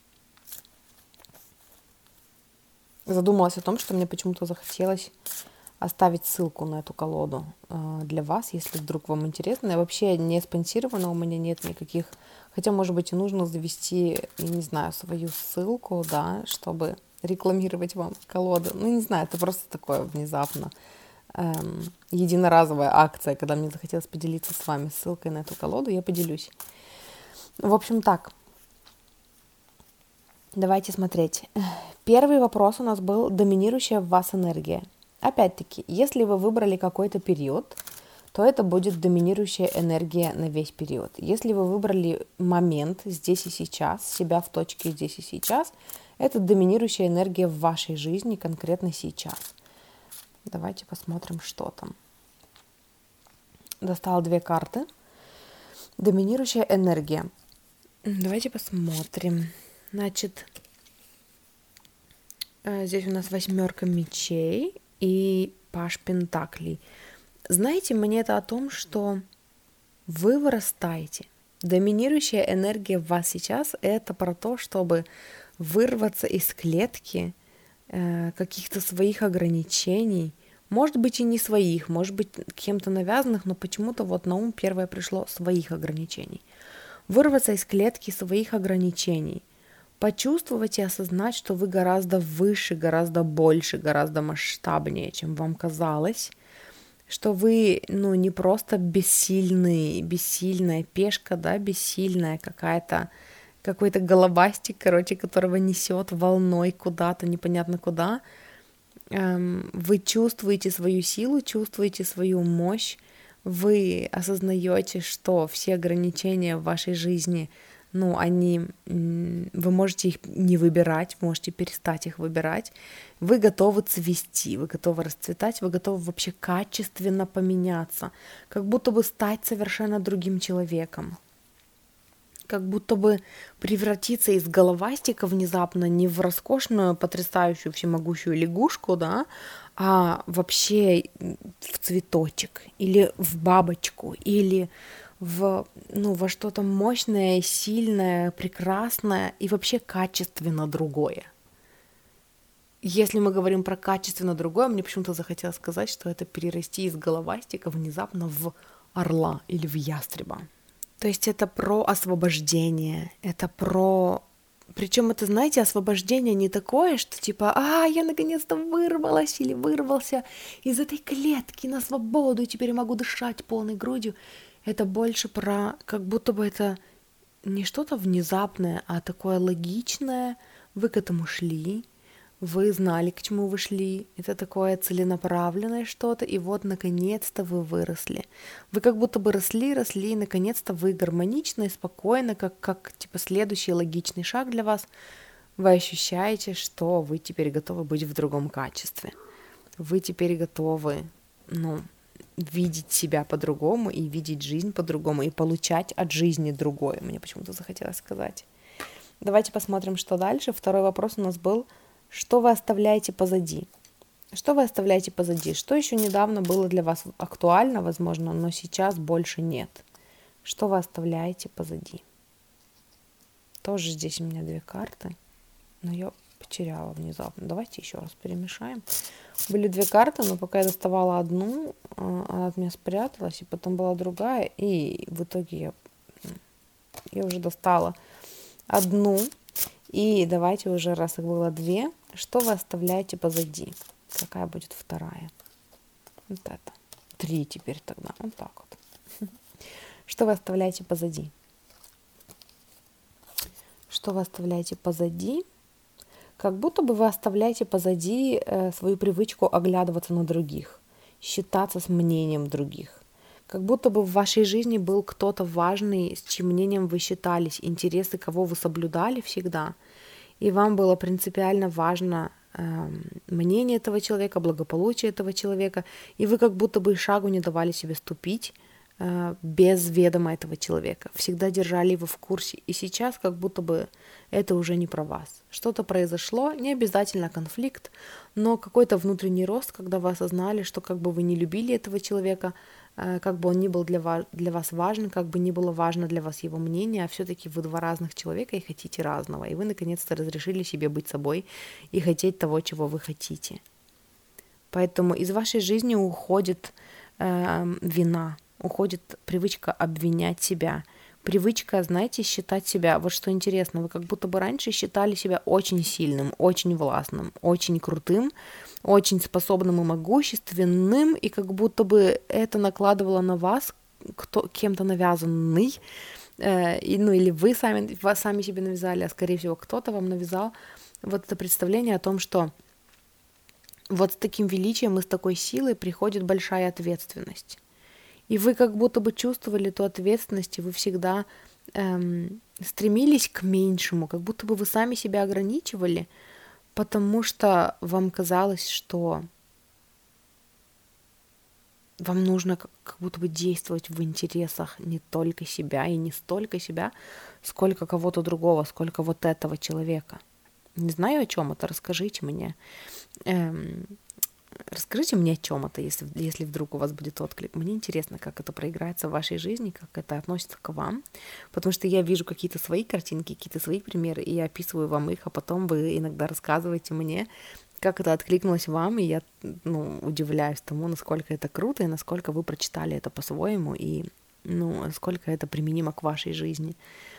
Задумалась о том, что мне почему-то захотелось оставить ссылку на эту колоду э, для вас, если вдруг вам интересно. Я вообще не спонсирована, у меня нет никаких... Хотя, может быть, и нужно завести, я не знаю, свою ссылку, да, чтобы рекламировать вам колоду. Ну, не знаю, это просто такое внезапно эм, единоразовая акция, когда мне захотелось поделиться с вами ссылкой на эту колоду, я поделюсь. В общем, так. Давайте смотреть. Первый вопрос у нас был: доминирующая в вас энергия. Опять-таки, если вы выбрали какой-то период, то это будет доминирующая энергия на весь период. Если вы выбрали момент здесь и сейчас, себя в точке здесь и сейчас, это доминирующая энергия в вашей жизни конкретно сейчас. Давайте посмотрим, что там. Достала две карты. Доминирующая энергия. Давайте посмотрим. Значит, здесь у нас восьмерка мечей и паж пентаклей. Знаете, мне это о том, что вы вырастаете. Доминирующая энергия в вас сейчас – это про то, чтобы вырваться из клетки э, каких-то своих ограничений, может быть и не своих, может быть кем-то навязанных, но почему-то вот на ум первое пришло своих ограничений. Вырваться из клетки своих ограничений, почувствовать и осознать, что вы гораздо выше, гораздо больше, гораздо масштабнее, чем вам казалось, что вы, ну, не просто бессильный, бессильная пешка, да, бессильная какая-то, какой-то головастик, короче, которого несет волной куда-то, непонятно куда. Эм, вы чувствуете свою силу, чувствуете свою мощь, вы осознаете, что все ограничения в вашей жизни, ну, они, вы можете их не выбирать, вы можете перестать их выбирать, вы готовы цвести, вы готовы расцветать, вы готовы вообще качественно поменяться, как будто бы стать совершенно другим человеком, как будто бы превратиться из головастика внезапно не в роскошную, потрясающую, всемогущую лягушку, да, а вообще в цветочек или в бабочку, или в, ну, во что-то мощное, сильное, прекрасное и вообще качественно другое. Если мы говорим про качественно другое, мне почему-то захотелось сказать, что это перерасти из головастика внезапно в орла или в ястреба. То есть это про освобождение, это про... Причем это, знаете, освобождение не такое, что типа, а, я наконец-то вырвалась или вырвался из этой клетки на свободу, и теперь могу дышать полной грудью. Это больше про, как будто бы это не что-то внезапное, а такое логичное. Вы к этому шли, вы знали, к чему вы шли. Это такое целенаправленное что-то, и вот, наконец-то, вы выросли. Вы как будто бы росли, росли, и, наконец-то, вы гармонично и спокойно, как, как типа следующий логичный шаг для вас, вы ощущаете, что вы теперь готовы быть в другом качестве. Вы теперь готовы, ну... видеть себя по-другому и видеть жизнь по-другому и получать от жизни другое, мне почему-то захотелось сказать. Давайте посмотрим, что дальше. Второй вопрос у нас был: что вы оставляете позади? Что вы оставляете позади? Что еще недавно было для вас актуально, возможно, но сейчас больше нет? Что вы оставляете позади? Тоже здесь у меня две карты, но я потеряла внезапно. Давайте еще раз перемешаем. Были две карты, но пока я доставала одну, она от меня спряталась, и потом была другая, и в итоге я, я уже достала одну. И давайте уже, раз их было две, что вы оставляете позади? Какая будет вторая? Вот это. Три теперь тогда. Вот так вот. Что вы оставляете позади? Что вы оставляете позади? Как будто бы вы оставляете позади э, свою привычку оглядываться на других, считаться с мнением других. Как будто бы в вашей жизни был кто-то важный, с чьим мнением вы считались, интересы кого вы соблюдали всегда, и вам было принципиально важно э, мнение этого человека, благополучие этого человека, и вы как будто бы шагу не давали себе ступить э, без ведома этого человека, всегда держали его в курсе, и сейчас как будто бы это уже не про вас. Что-то произошло, не обязательно конфликт, но какой-то внутренний рост, когда вы осознали, что как бы вы не любили этого человека, как бы он ни был для вас, для вас важен, как бы ни было важно для вас его мнение, а все-таки вы два разных человека и хотите разного, и вы наконец-то разрешили себе быть собой и хотеть того, чего вы хотите. Поэтому из вашей жизни уходит э, вина, уходит привычка обвинять себя, привычка, знаете, считать себя, вот что интересно, вы как будто бы раньше считали себя очень сильным, очень властным, очень крутым, очень способным и могущественным, и как будто бы это накладывало на вас кто, кем-то навязанный, э, и, ну или вы сами, вас сами себе навязали, а скорее всего кто-то вам навязал вот это представление о том, что вот с таким величием и с такой силой приходит большая ответственность. И вы как будто бы чувствовали эту ответственность, и вы всегда эм, стремились к меньшему, как будто бы вы сами себя ограничивали, потому что вам казалось, что вам нужно как, как будто бы действовать в интересах не только себя и не столько себя, сколько кого-то другого, сколько вот этого человека. Не знаю, о чем это, расскажите мне. Эм, расскажите мне о чем это, если, если вдруг у вас будет отклик. Мне интересно, как это проиграется в вашей жизни, как это относится к вам, потому что я вижу какие-то свои картинки, какие-то свои примеры, и я описываю вам их, а потом вы иногда рассказываете мне, как это откликнулось вам, и я ну, удивляюсь тому, насколько это круто, и насколько вы прочитали это по-своему, и ну, насколько это применимо к вашей жизни.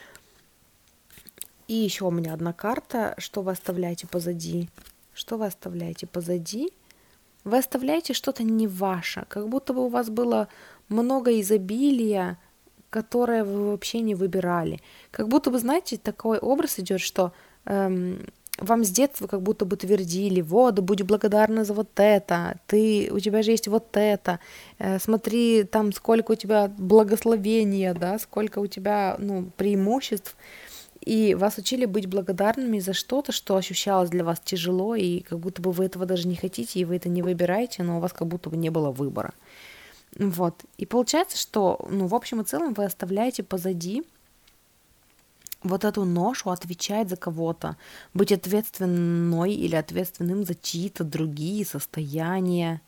И еще у меня одна карта, что вы оставляете позади. Что вы оставляете позади? Вы оставляете что-то не ваше, как будто бы у вас было много изобилия, которое вы вообще не выбирали. Как будто бы, знаете, такой образ идет, что эм, вам с детства как будто бы твердили: вот, будь благодарна за вот это, ты, у тебя же есть вот это, э, смотри, там сколько у тебя благословения, да, сколько у тебя, ну, преимуществ. И вас учили быть благодарными за что-то, что ощущалось для вас тяжело, и как будто бы вы этого даже не хотите, и вы это не выбираете, но у вас как будто бы не было выбора. Вот. И получается, что, ну, в общем и целом вы оставляете позади вот эту ношу отвечать за кого-то, быть ответственной или ответственным за чьи-то другие состояния,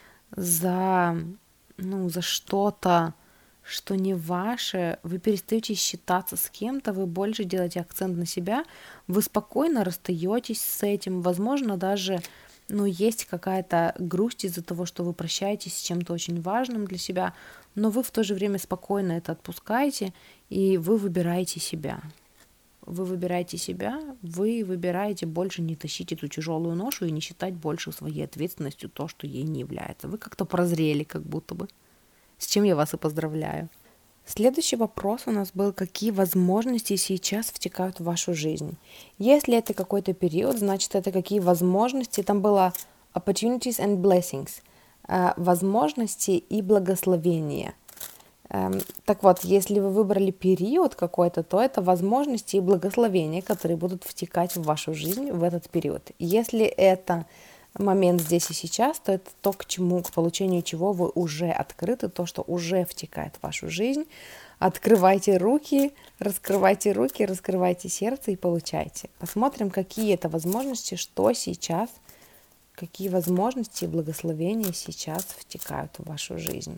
за, ну, за что-то, что не ваше, вы перестаете считаться с кем-то, вы больше делаете акцент на себя, вы спокойно расстаетесь с этим, возможно, даже, ну, есть какая-то грусть из-за того, что вы прощаетесь с чем-то очень важным для себя, но вы в то же время спокойно это отпускаете, и вы выбираете себя. Вы выбираете себя, вы выбираете больше не тащить эту тяжелую ношу и не считать больше своей ответственностью то, что ей не является. Вы как-то прозрели, как будто бы. С чем я вас и поздравляю. Следующий вопрос у нас был: какие возможности сейчас втекают в вашу жизнь? Если это какой-то период, значит, это какие возможности. Там было opportunities and blessings. Возможности и благословения. Так вот, если вы выбрали период какой-то, то это возможности и благословения, которые будут втекать в вашу жизнь в этот период. Если это момент здесь и сейчас, то это то, к чему, к получению чего вы уже открыты, то, что уже втекает в вашу жизнь. Открывайте руки, раскрывайте руки, раскрывайте сердце и получайте. Посмотрим, какие это возможности, что сейчас, какие возможности и благословения сейчас втекают в вашу жизнь.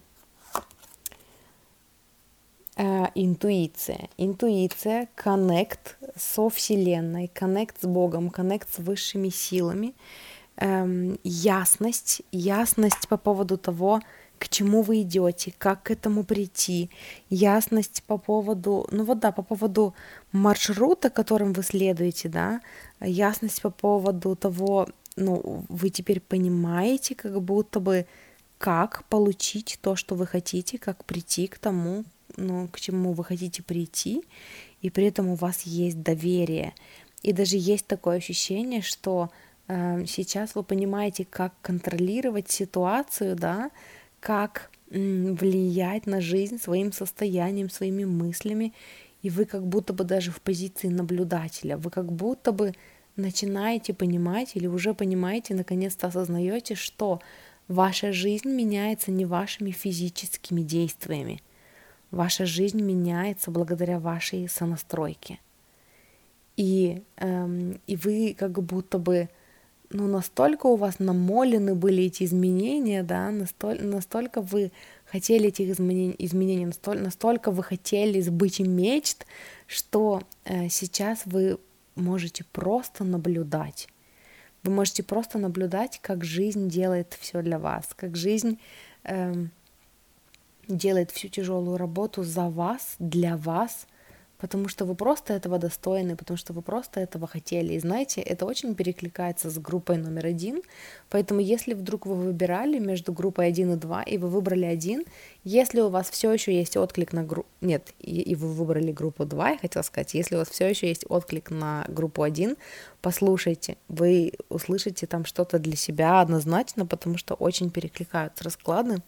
Uh, интуиция. Интуиция, коннект со Вселенной, коннект с Богом, коннект с высшими силами, um, ясность, ясность по поводу того, к чему вы идете, как к этому прийти, ясность по поводу, ну вот да, по поводу маршрута, которым вы следуете, да, ясность по поводу того, ну, вы теперь понимаете, как будто бы, как получить то, что вы хотите, как прийти к тому, ну, к чему вы хотите прийти, и при этом у вас есть доверие. И даже есть такое ощущение, что э, сейчас вы понимаете, как контролировать ситуацию, да, как м, влиять на жизнь своим состоянием, своими мыслями, и вы как будто бы даже в позиции наблюдателя, вы как будто бы начинаете понимать или уже понимаете, наконец-то осознаете, что ваша жизнь меняется не вашими физическими действиями, ваша жизнь меняется благодаря вашей сонастройке. И, эм, и вы как будто бы, ну, настолько у вас намолены были эти изменения, да, настолько, настолько вы хотели этих изменений, изменений настолько, настолько вы хотели сбычи мечт, что э, сейчас вы можете просто наблюдать. Вы можете просто наблюдать, как жизнь делает все для вас, как жизнь эм, делает всю тяжелую работу за вас, для вас, потому что вы просто этого достойны, потому что вы просто этого хотели. И знаете, это очень перекликается с группой номер один, поэтому если вдруг вы выбирали между группой один и два, и вы выбрали один, если у вас все еще есть отклик на группу... Нет, и, и вы выбрали группу два, я хотела сказать, если у вас все еще есть отклик на группу один, послушайте, вы услышите там что-то для себя однозначно, потому что очень перекликаются расклады.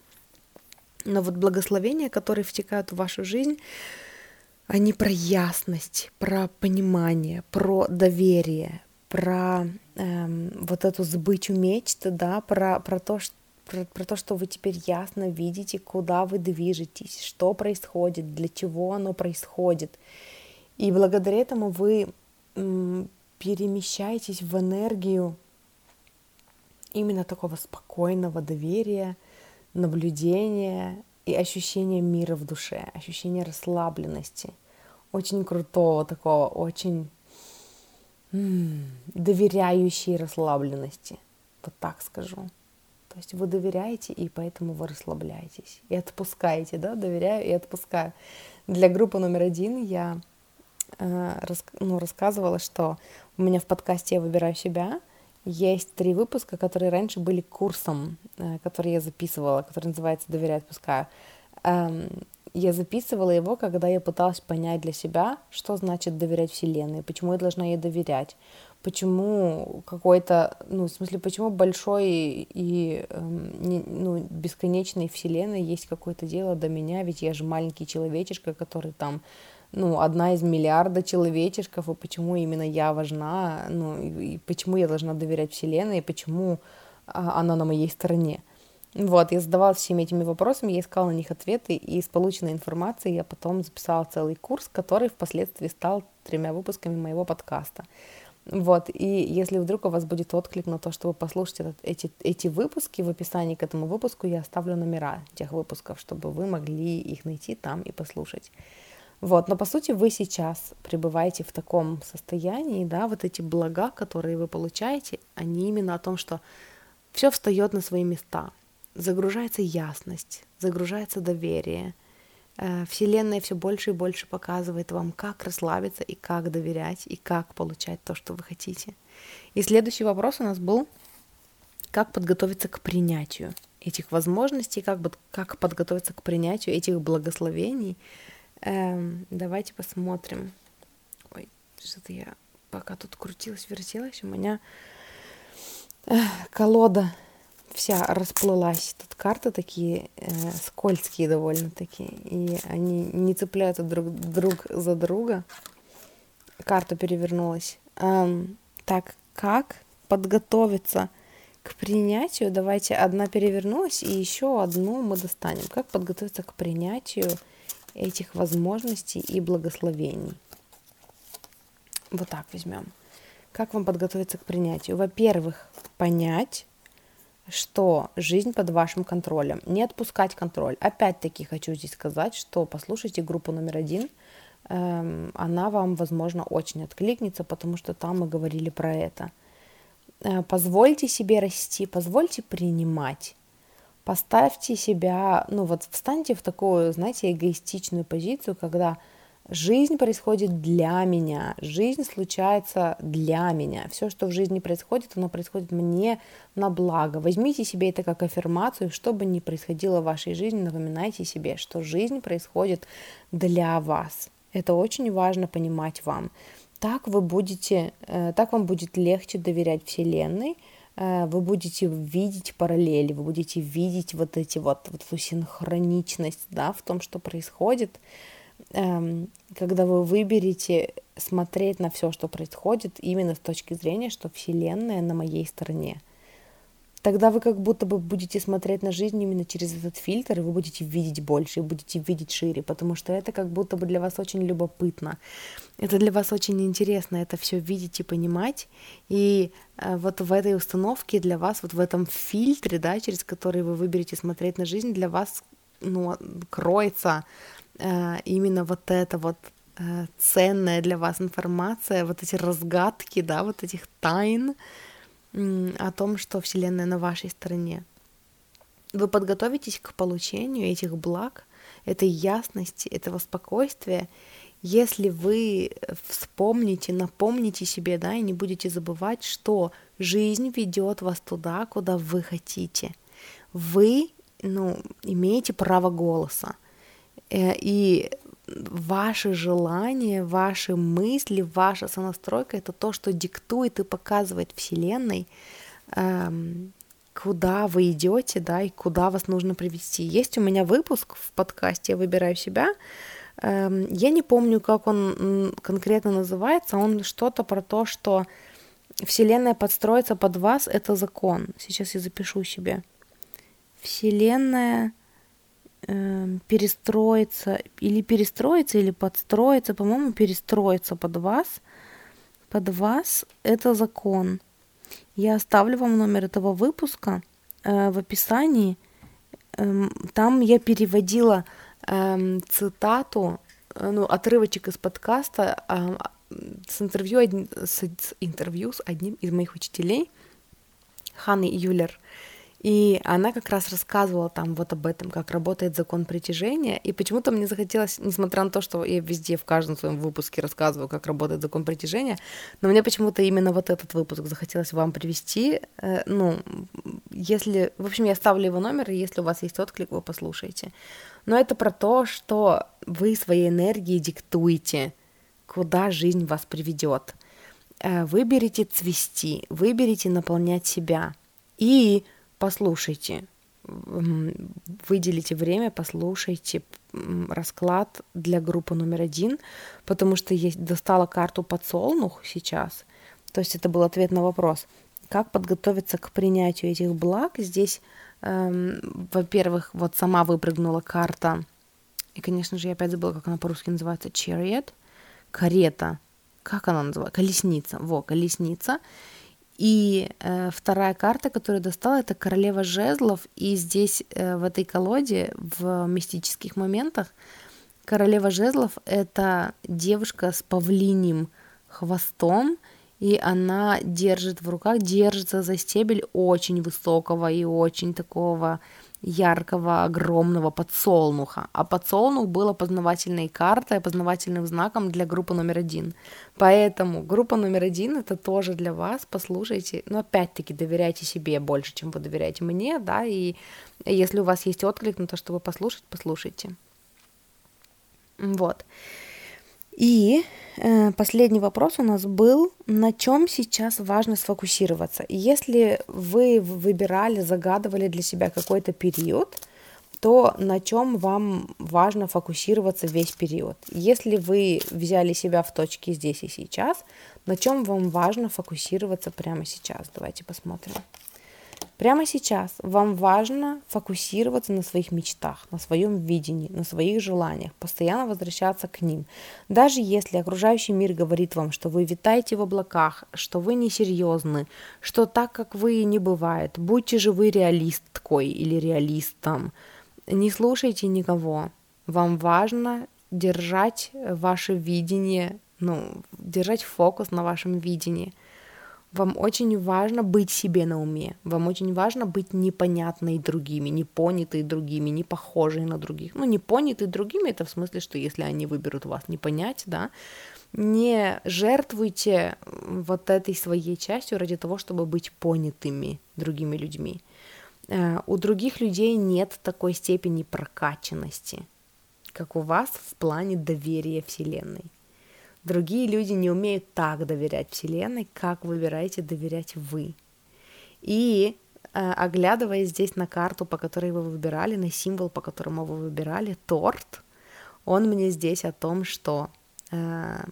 Но вот благословения, которые втекают в вашу жизнь, они про ясность, про понимание, про доверие, про эм, вот эту сбычу мечты, да, про, про, то, что, про, про то, что вы теперь ясно видите, куда вы движетесь, что происходит, для чего оно происходит. И благодаря этому вы м, перемещаетесь в энергию именно такого спокойного доверия, наблюдения и ощущение мира в душе, ощущение расслабленности, очень крутого такого, очень м- доверяющей расслабленности, вот так скажу. То есть вы доверяете, и поэтому вы расслабляетесь. И отпускаете, да, доверяю и отпускаю. Для группы номер один я э, рас, ну, рассказывала, что у меня в подкасте «Я выбираю себя» есть три выпуска, которые раньше были курсом, который я записывала, который называется «Доверяю, отпускаю». Я записывала его, когда я пыталась понять для себя, что значит доверять Вселенной, почему я должна ей доверять, почему какой-то, ну, в смысле, почему большой и ну, бесконечной Вселенной есть какое-то дело до меня, ведь я же маленький человечишка, который там, ну, одна из миллиарда человечешков, и почему именно я важна, ну, и, и почему я должна доверять Вселенной, и почему а, она на моей стороне. Вот, я задавалась всеми этими вопросами, я искала на них ответы, и из полученной информации я потом записала целый курс, который впоследствии стал тремя выпусками моего подкаста. Вот, и если вдруг у вас будет отклик на то, чтобы послушать этот, эти, эти выпуски, в описании к этому выпуску я оставлю номера тех выпусков, чтобы вы могли их найти там и послушать. Вот, но по сути вы сейчас пребываете в таком состоянии, да, вот эти блага, которые вы получаете, они именно о том, что все встает на свои места, загружается ясность, загружается доверие, Вселенная все больше и больше показывает вам, как расслабиться и как доверять, и как получать то, что вы хотите. И следующий вопрос у нас был, как подготовиться к принятию этих возможностей, как, как подготовиться к принятию этих благословений. Эм, давайте посмотрим. Ой, что-то я пока тут крутилась, вертелась, у меня э, колода вся расплылась. Тут карты такие э, скользкие довольно-таки, и они не цепляются друг, друг за друга. Карта перевернулась. Эм, так, как подготовиться к принятию? Давайте, одна перевернулась, и еще одну мы достанем. Как подготовиться к принятию этих возможностей и благословений? Вот так возьмем. Как вам подготовиться к принятию? Во-первых, понять, что жизнь под вашим контролем. Не отпускать контроль. Опять-таки хочу здесь сказать, что послушайте группу номер один. Эм, она вам, возможно, очень откликнется, потому что там мы говорили про это. Э, позвольте себе расти, позвольте принимать. Поставьте себя, ну вот встаньте в такую, знаете, эгоистичную позицию, когда жизнь происходит для меня, жизнь случается для меня. Все, что в жизни происходит, оно происходит мне на благо. Возьмите себе это как аффирмацию, что бы ни происходило в вашей жизни, напоминайте себе, что жизнь происходит для вас. Это очень важно понимать вам. Так вы будете, так вам будет легче доверять Вселенной, вы будете видеть параллели, вы будете видеть вот эти вот, вот эту синхроничность, да, в том, что происходит. Когда вы выберете смотреть на все, что происходит, именно с точки зрения, что Вселенная на моей стороне. Тогда вы как будто бы будете смотреть на жизнь именно через этот фильтр, и вы будете видеть больше, и будете видеть шире, потому что это как будто бы для вас очень любопытно. Это для вас очень интересно, это все видеть и понимать. И вот в этой установке для вас, вот в этом фильтре, да, через который вы выберете смотреть на жизнь, для вас, ну, кроется именно вот эта вот ценная для вас информация, вот эти разгадки, да, вот этих тайн, о том, что Вселенная на вашей стороне. Вы подготовитесь к получению этих благ, этой ясности, этого спокойствия, если вы вспомните, напомните себе, да, и не будете забывать, что жизнь ведет вас туда, куда вы хотите. Вы, ну, имеете право голоса. И ваши желания, ваши мысли, ваша сонастройка — это то, что диктует и показывает Вселенной, эм, куда вы идете, да, и куда вас нужно привести. Есть у меня выпуск в подкасте «Я выбираю себя». Эм, я не помню, как он конкретно называется. Он что-то про то, что Вселенная подстроится под вас — это закон. Сейчас я запишу себе. Вселенная э, перестроится, или перестроится, или подстроится, по-моему, перестроится под вас. Под вас — это закон. Я оставлю вам номер этого выпуска э, в описании. Э, там я переводила э, цитату, э, ну, отрывочек из подкаста э, с, интервью, с, с интервью с одним из моих учителей, Ханной Юлер. И она как раз рассказывала там вот об этом, как работает закон притяжения. И почему-то мне захотелось, несмотря на то, что я везде, в каждом своем выпуске рассказываю, как работает закон притяжения, но мне почему-то именно вот этот выпуск захотелось вам привести. Ну, если... В общем, я оставлю его номер, и если у вас есть отклик, вы послушаете. Но это про то, что вы своей энергией диктуете, куда жизнь вас приведет. Выберите цвести, выберите наполнять себя. И послушайте, выделите время, послушайте расклад для группы номер один, потому что я достала карту подсолнух сейчас, то есть это был ответ на вопрос, как подготовиться к принятию этих благ. Здесь, эм, во-первых, вот сама выпрыгнула карта, и, конечно же, я опять забыла, как она по-русски называется, chariot, карета, как она называется, колесница, во, колесница. И э, вторая карта, которую я достала, это королева жезлов. И здесь, э, в этой колоде, в мистических моментах, королева жезлов — это девушка с павлиним хвостом, и она держит в руках, держится за стебель очень высокого и очень такого яркого, огромного подсолнуха. А подсолнух был опознавательной картой, опознавательным знаком для группы номер один. Поэтому группа номер один — это тоже для вас, послушайте. Но опять-таки доверяйте себе больше, чем вы доверяете мне, да, и если у вас есть отклик на то, чтобы послушать, послушайте. Вот. И э, последний вопрос у нас был, на чем сейчас важно сфокусироваться. И если вы выбирали, загадывали для себя какой-то период, то на чем вам важно фокусироваться весь период. Если вы взяли себя в точке здесь и сейчас, на чем вам важно фокусироваться прямо сейчас. Давайте посмотрим. Прямо сейчас вам важно фокусироваться на своих мечтах, на своем видении, на своих желаниях, постоянно возвращаться к ним. Даже если окружающий мир говорит вам, что вы витаете в облаках, что вы несерьезны, что так, как вы, не бывает, будьте же вы реалисткой или реалистом, не слушайте никого. Вам важно держать ваше видение, ну, держать фокус на вашем видении. Вам очень важно быть себе на уме, вам очень важно быть непонятной другими, не понятой другими, не похожей на других. Ну, не понятой другими — это в смысле, что если они выберут вас не понять, да, не жертвуйте вот этой своей частью ради того, чтобы быть понятыми другими людьми. У других людей нет такой степени прокачанности, как у вас в плане доверия Вселенной. Другие люди не умеют так доверять Вселенной, как выбираете доверять вы. И э, оглядываясь здесь на карту, по которой вы выбирали, на символ, по которому вы выбирали, торт, он мне здесь о том, что э,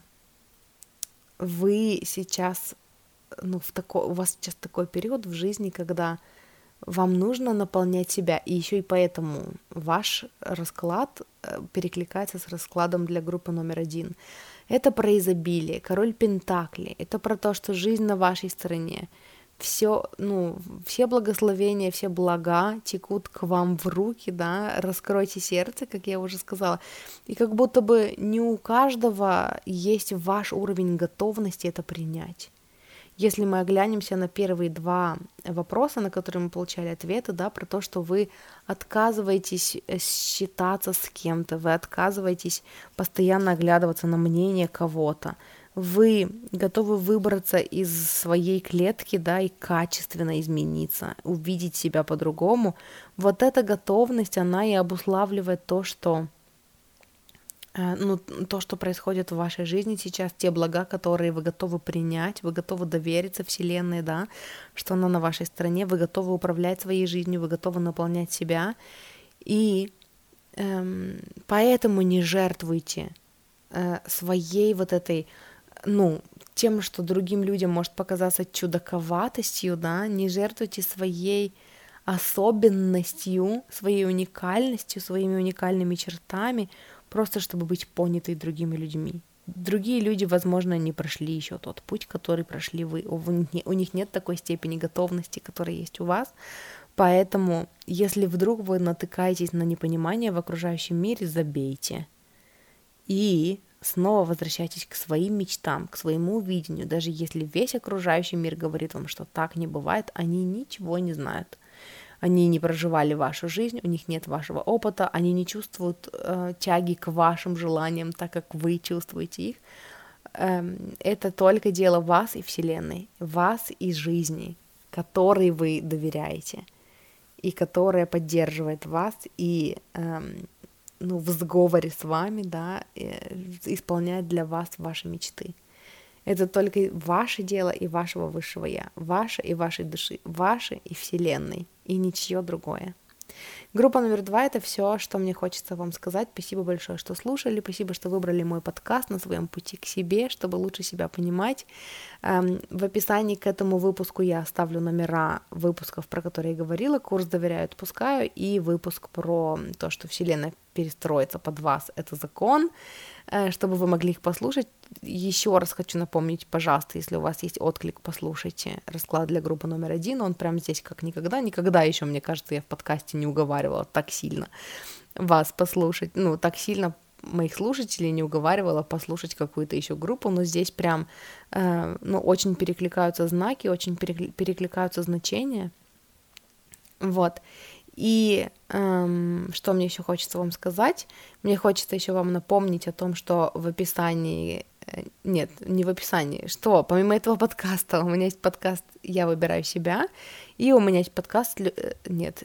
вы сейчас, ну, в тако, у вас сейчас такой период в жизни, когда вам нужно наполнять себя, и еще и поэтому ваш расклад перекликается с раскладом для группы номер один. Это про изобилие, король пентаклей, это про то, что жизнь на вашей стороне. Все, ну, все благословения, все блага текут к вам в руки, да, раскройте сердце, как я уже сказала. И как будто бы не у каждого есть ваш уровень готовности это принять. Если мы оглянемся на первые два вопроса, на которые мы получали ответы, да, про то, что вы отказываетесь считаться с кем-то, вы отказываетесь постоянно оглядываться на мнение кого-то, вы готовы выбраться из своей клетки, да, и качественно измениться, увидеть себя по-другому, вот эта готовность, она и обуславливает то, что ну, то, что происходит в вашей жизни сейчас, те блага, которые вы готовы принять, вы готовы довериться Вселенной, да, что она на вашей стороне, вы готовы управлять своей жизнью, вы готовы наполнять себя, и эм, поэтому не жертвуйте э, своей вот этой, ну, тем, что другим людям может показаться чудаковатостью, да, не жертвуйте своей особенностью, своей уникальностью, своими уникальными чертами, просто чтобы быть понятой другими людьми. Другие люди, возможно, не прошли еще тот путь, который прошли вы. У них нет такой степени готовности, которая есть у вас. Поэтому, если вдруг вы натыкаетесь на непонимание в окружающем мире, забейте. И снова возвращайтесь к своим мечтам, к своему видению. Даже если весь окружающий мир говорит вам, что так не бывает, они ничего не знают. Они не проживали вашу жизнь, у них нет вашего опыта, они не чувствуют э, тяги к вашим желаниям, так как вы чувствуете их. Эм, это только дело вас и Вселенной, вас и жизни, которой вы доверяете, и которая поддерживает вас и эм, ну, в сговоре с вами, да, э, исполняет для вас ваши мечты. Это только ваше дело и вашего высшего я, ваше и вашей души, ваше и Вселенной, и ничье другое. Группа номер два — это все, что мне хочется вам сказать. Спасибо большое, что слушали, спасибо, что выбрали мой подкаст на своем пути к себе, чтобы лучше себя понимать. В описании к этому выпуску я оставлю номера выпусков, про которые я говорила, курс «Доверяю, отпускаю», и выпуск про то, что Вселенная перестроится под вас, это закон, чтобы вы могли их послушать. Еще раз хочу напомнить, пожалуйста, если у вас есть отклик, послушайте расклад для группы номер один, он прямо здесь как никогда, никогда еще, мне кажется, я в подкасте не уговаривала так сильно вас послушать, ну, так сильно моих слушателей не уговаривала послушать какую-то еще группу, но здесь прям, э, ну, очень перекликаются знаки, очень перекликаются значения, вот. И эм, что мне еще хочется вам сказать? Мне хочется еще вам напомнить о том, что в описании, нет, не в описании, что помимо этого подкаста у меня есть подкаст «Я выбираю себя», и у меня есть подкаст, нет,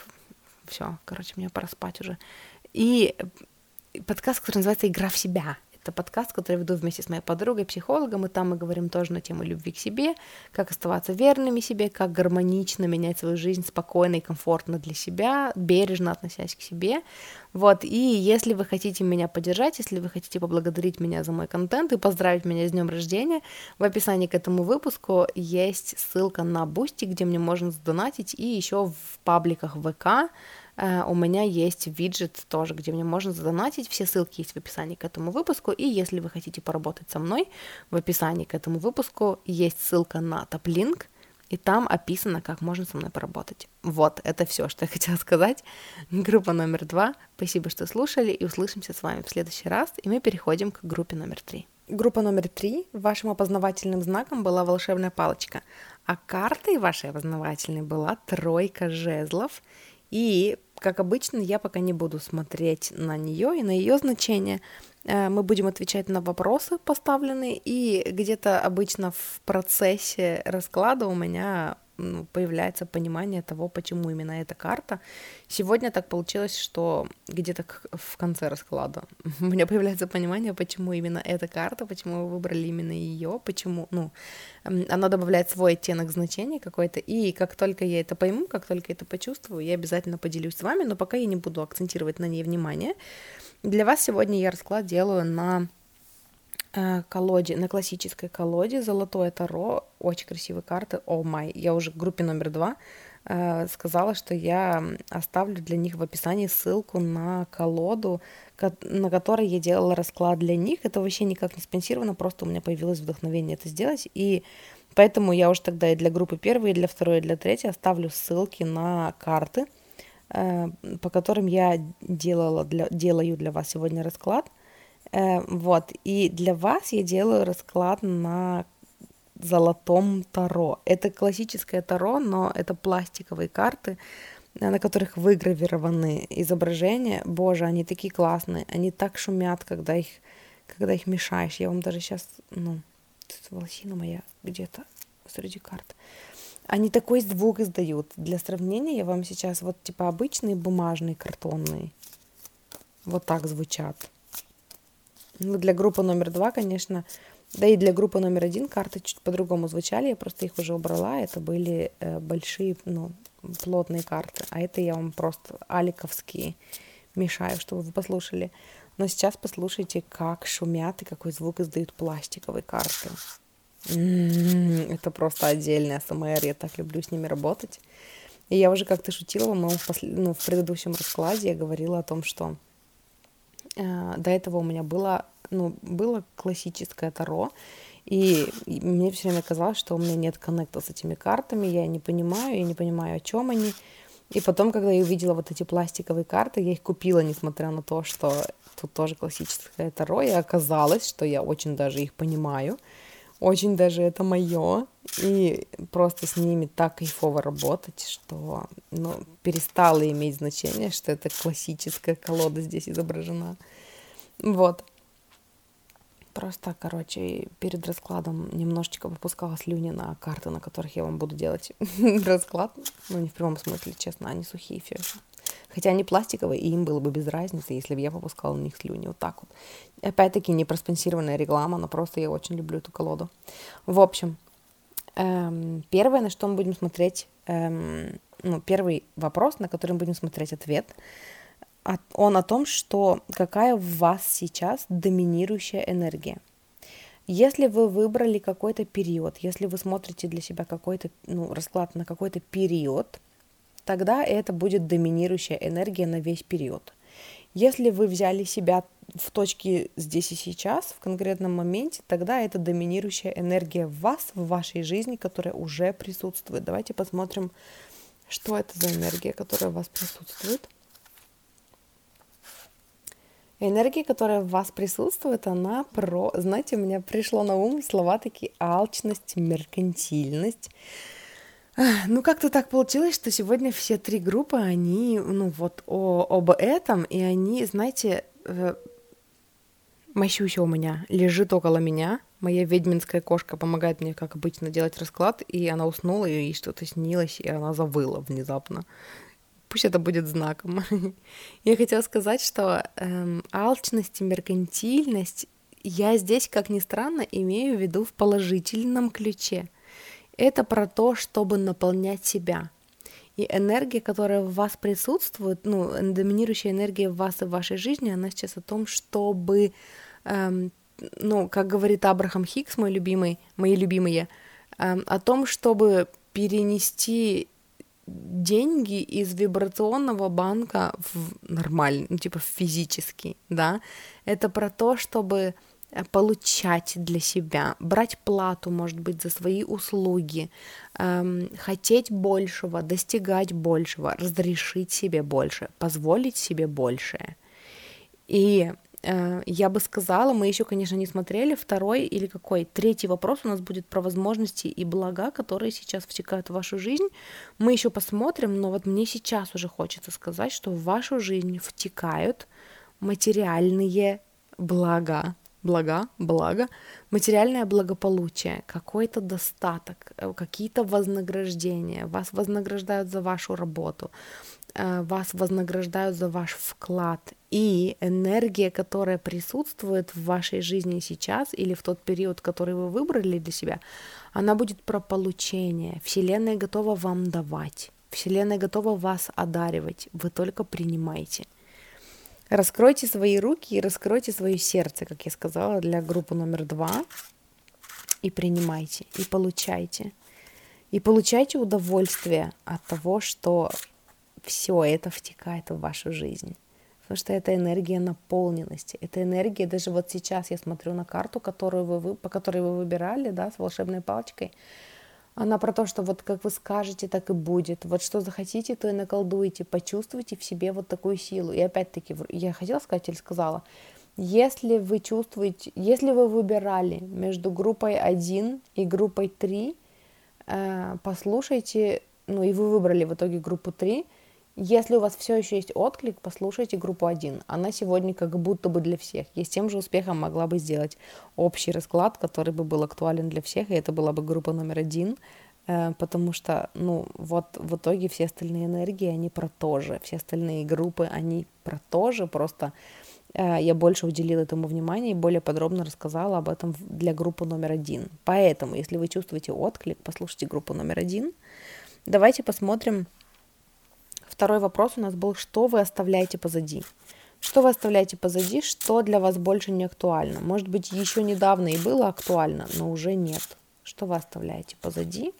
все, короче, мне пора спать уже, и подкаст, который называется «Игра в себя». Это подкаст, который я веду вместе с моей подругой, психологом, и там мы говорим тоже на тему любви к себе, как оставаться верными себе, как гармонично менять свою жизнь спокойно и комфортно для себя, бережно относясь к себе. Вот, и если вы хотите меня поддержать, если вы хотите поблагодарить меня за мой контент и поздравить меня с днем рождения, в описании к этому выпуску есть ссылка на Boosty, где мне можно задонатить, и еще в пабликах ВК у меня есть виджет тоже, где мне можно задонатить. Все ссылки есть в описании к этому выпуску. И если вы хотите поработать со мной, в описании к этому выпуску есть ссылка на топ-линк, и там описано, как можно со мной поработать. Вот, это все, что я хотела сказать. Группа номер два. Спасибо, что слушали, и услышимся с вами в следующий раз. И мы переходим к группе номер три. Группа номер три. Вашим опознавательным знаком была волшебная палочка, а картой вашей опознавательной была тройка жезлов. И, как обычно, я пока не буду смотреть на нее и на ее значение. Мы будем отвечать на вопросы поставленные, и где-то обычно в процессе расклада у меня ну, появляется понимание того, почему именно эта карта. Сегодня так получилось, что где-то в конце расклада у меня появляется понимание, почему именно эта карта, почему вы выбрали именно ее, почему, ну, она добавляет свой оттенок значения какой-то, и как только я это пойму, как только это почувствую, я обязательно поделюсь с вами, но пока я не буду акцентировать на ней внимание. Для вас сегодня я расклад делаю на э, колоде, на классической колоде «Золотое Таро». Очень красивые карты. О май. Я уже в группе номер два э, сказала, что я оставлю для них в описании ссылку на колоду, на которой я делала расклад для них. Это вообще никак не спонсировано, просто у меня появилось вдохновение это сделать. И поэтому я уже тогда и для группы первой, и для второй, и для третьей оставлю ссылки на карты, по которым я делала для, делаю для вас сегодня расклад. Вот. И для вас я делаю расклад на золотом таро. Это классическое таро, но это пластиковые карты, на которых выгравированы изображения. Боже, они такие классные, они так шумят, когда их, когда их мешаешь. Я вам даже сейчас, ну, волосина моя где-то среди карт. Они такой звук издают. Для сравнения я вам сейчас вот типа обычные бумажные, картонные. Вот так звучат. Ну, для группы номер два, конечно, да и для группы номер один карты чуть по-другому звучали. Я просто их уже убрала. Это были э, большие, ну, плотные карты. А это я вам просто аликовские мешаю, чтобы вы послушали. Но сейчас послушайте, как шумят и какой звук издают пластиковые карты. М-м-м, это просто отдельный эй эс эм эр, я так люблю с ними работать. И я уже как-то шутила, но в, посл... ну, в предыдущем раскладе я говорила о том, что э, до этого у меня было, ну, было классическое таро, и, и мне все время казалось, что у меня нет коннекта с этими картами, я не понимаю, я не понимаю, о чем они. И потом, когда я увидела вот эти пластиковые карты, я их купила, несмотря на то, что тут тоже классическое таро, и оказалось, что я очень даже их понимаю. Очень даже это мое, и просто с ними так кайфово работать, что, ну, перестало иметь значение, что это классическая колода здесь изображена. Вот. Просто, короче, перед раскладом немножечко выпускала слюни на карты, на которых я вам буду делать расклад. Ну, не в прямом смысле, честно, они сухие все еще. Хотя они пластиковые, и им было бы без разницы, если бы я попускала на них слюни. Вот так вот. Опять-таки, не проспонсированная реклама, но просто я очень люблю эту колоду. В общем, эм, первое, на что мы будем смотреть, эм, ну, первый вопрос, на который мы будем смотреть ответ, он о том, что какая в вас сейчас доминирующая энергия. Если вы выбрали какой-то период, если вы смотрите для себя какой-то, ну, расклад на какой-то период, тогда это будет доминирующая энергия на весь период. Если вы взяли себя в точке здесь и сейчас, в конкретном моменте, тогда это доминирующая энергия в вас, в вашей жизни, которая уже присутствует. Давайте посмотрим, что это за энергия, которая в вас присутствует. Энергия, которая в вас присутствует, она про... Знаете, у меня пришло на ум слова такие: алчность, меркантильность. Ну, как-то так получилось, что сегодня все три группы, они, ну, вот о, об этом, и они, знаете, э, Масюся у меня лежит около меня, моя ведьминская кошка помогает мне, как обычно, делать расклад, и она уснула, и ей что-то снилось, и она завыла внезапно. Пусть это будет знаком. Я хотела сказать, что эм, алчность и меркантильность я здесь, как ни странно, имею в виду в положительном ключе. Это про то, чтобы наполнять себя. И энергия, которая в вас присутствует, ну, доминирующая энергия в вас и в вашей жизни, она сейчас о том, чтобы, эм, ну, как говорит Абрахам Хикс, мой любимый, мои любимые, эм, о том, чтобы перенести деньги из вибрационного банка в нормальный, ну, типа в физический, да. Это про то, чтобы получать для себя, брать плату, может быть, за свои услуги, эм, хотеть большего, достигать большего, разрешить себе больше, позволить себе большее. И э, я бы сказала, мы еще, конечно, не смотрели второй или какой, третий вопрос у нас будет про возможности и блага, которые сейчас втекают в вашу жизнь. Мы еще посмотрим, но вот мне сейчас уже хочется сказать, что в вашу жизнь втекают материальные блага, блага, благо, материальное благополучие, какой-то достаток, какие-то вознаграждения, вас вознаграждают за вашу работу, вас вознаграждают за ваш вклад, и энергия, которая присутствует в вашей жизни сейчас или в тот период, который вы выбрали для себя, она будет про получение. Вселенная готова вам давать, Вселенная готова вас одаривать, вы только принимайте. Раскройте свои руки и раскройте свое сердце, как я сказала, для группы номер два. И принимайте, и получайте. И получайте удовольствие от того, что все это втекает в вашу жизнь. Потому что это энергия наполненности. Это энергия, даже вот сейчас я смотрю на карту, которую вы, по которой вы выбирали, да, с волшебной палочкой. Она про то, что вот как вы скажете, так и будет. Вот что захотите, то и наколдуете. Почувствуйте в себе вот такую силу. И опять-таки, я хотела сказать или сказала, Если вы чувствуете, если вы выбирали между группой один и группой три, послушайте, ну и вы выбрали в итоге группу три, если у вас все еще есть отклик, послушайте группу один. Она сегодня как будто бы для всех. Я с тем же успехом могла бы сделать общий расклад, который бы был актуален для всех, и это была бы группа номер один, потому что, ну, вот в итоге все остальные энергии, они про то же, все остальные группы, они про то же, просто я больше уделила этому внимания и более подробно рассказала об этом для группы номер один. Поэтому, если вы чувствуете отклик, послушайте группу номер один. Давайте посмотрим. Второй вопрос у нас был, что вы оставляете позади? Что вы оставляете позади, что для вас больше не актуально? Может быть, еще недавно и было актуально, но уже нет. Что вы оставляете позади?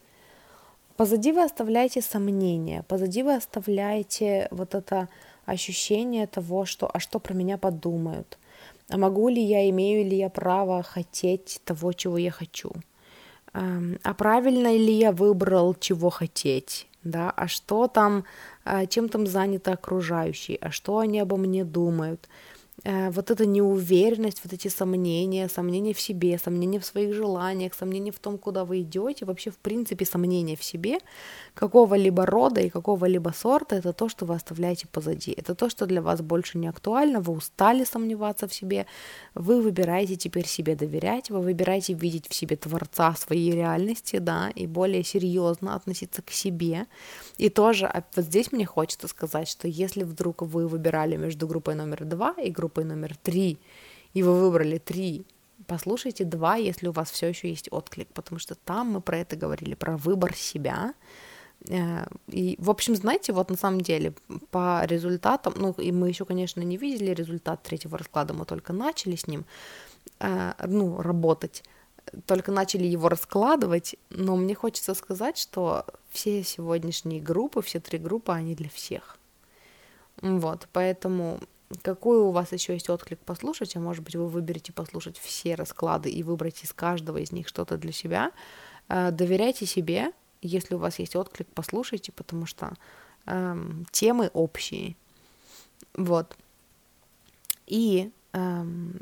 Позади вы оставляете сомнения, позади вы оставляете вот это ощущение того, что «а что про меня подумают?», «а могу ли я, имею ли я право хотеть того, чего я хочу?», «а правильно ли я выбрал, чего хотеть?», да, «а что там, чем там заняты окружающие?», «а что они обо мне думают?». Вот эта неуверенность, вот эти сомнения, сомнения в себе, сомнения в своих желаниях, сомнения в том, куда вы идете, вообще в принципе сомнения в себе какого-либо рода и какого-либо сорта, это то, что вы оставляете позади, это то, что для вас больше не актуально, вы устали сомневаться в себе, вы выбираете теперь себе доверять, вы выбираете видеть в себе творца своей реальности, да, и более серьезно относиться к себе. И тоже вот здесь мне хочется сказать, что если вдруг вы выбирали между группой номер два и группой номер три, и вы выбрали три, послушайте два, если у вас все еще есть отклик, потому что там мы про это говорили, про выбор себя. И, в общем, знаете, вот на самом деле по результатам, ну, и мы еще, конечно, не видели результат третьего расклада, мы только начали с ним, ну, работать, только начали его раскладывать, но мне хочется сказать, что все сегодняшние группы, все три группы, они для всех. Вот, поэтому какой у вас еще есть отклик послушать, а может быть вы выберете послушать все расклады и выбрать из каждого из них что-то для себя. Доверяйте себе, если у вас есть отклик, послушайте, потому что эм, темы общие. Вот. И эм,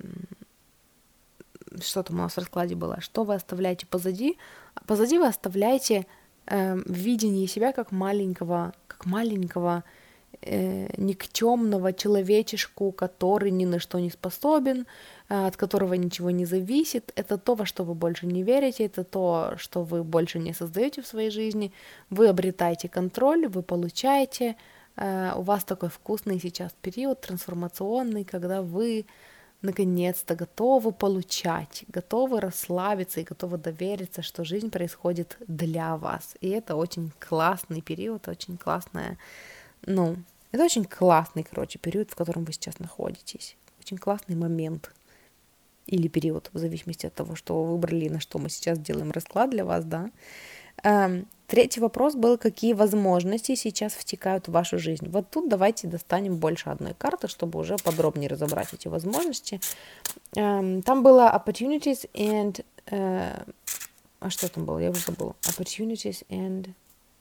что там у нас в раскладе было? Что вы оставляете позади? Позади вы оставляете эм, видение себя как маленького, как маленького никчемного человечешку, который ни на что не способен, от которого ничего не зависит. Это то, во что вы больше не верите, это то, что вы больше не создаете в своей жизни. Вы обретаете контроль, вы получаете. У вас такой вкусный сейчас период трансформационный, когда вы наконец-то готовы получать, готовы расслабиться и готовы довериться, что жизнь происходит для вас. И это очень классный период, очень классная Ну, это очень классный, короче, период, в котором вы сейчас находитесь. Очень классный момент или период, в зависимости от того, что вы выбрали, на что мы сейчас делаем расклад для вас, да. Эм, третий вопрос был, какие возможности сейчас втекают в вашу жизнь. Вот тут давайте достанем больше одной карты, чтобы уже подробнее разобрать эти возможности. Эм, там было opportunities and... Э, а что там было? Я уже забыла. Opportunities and...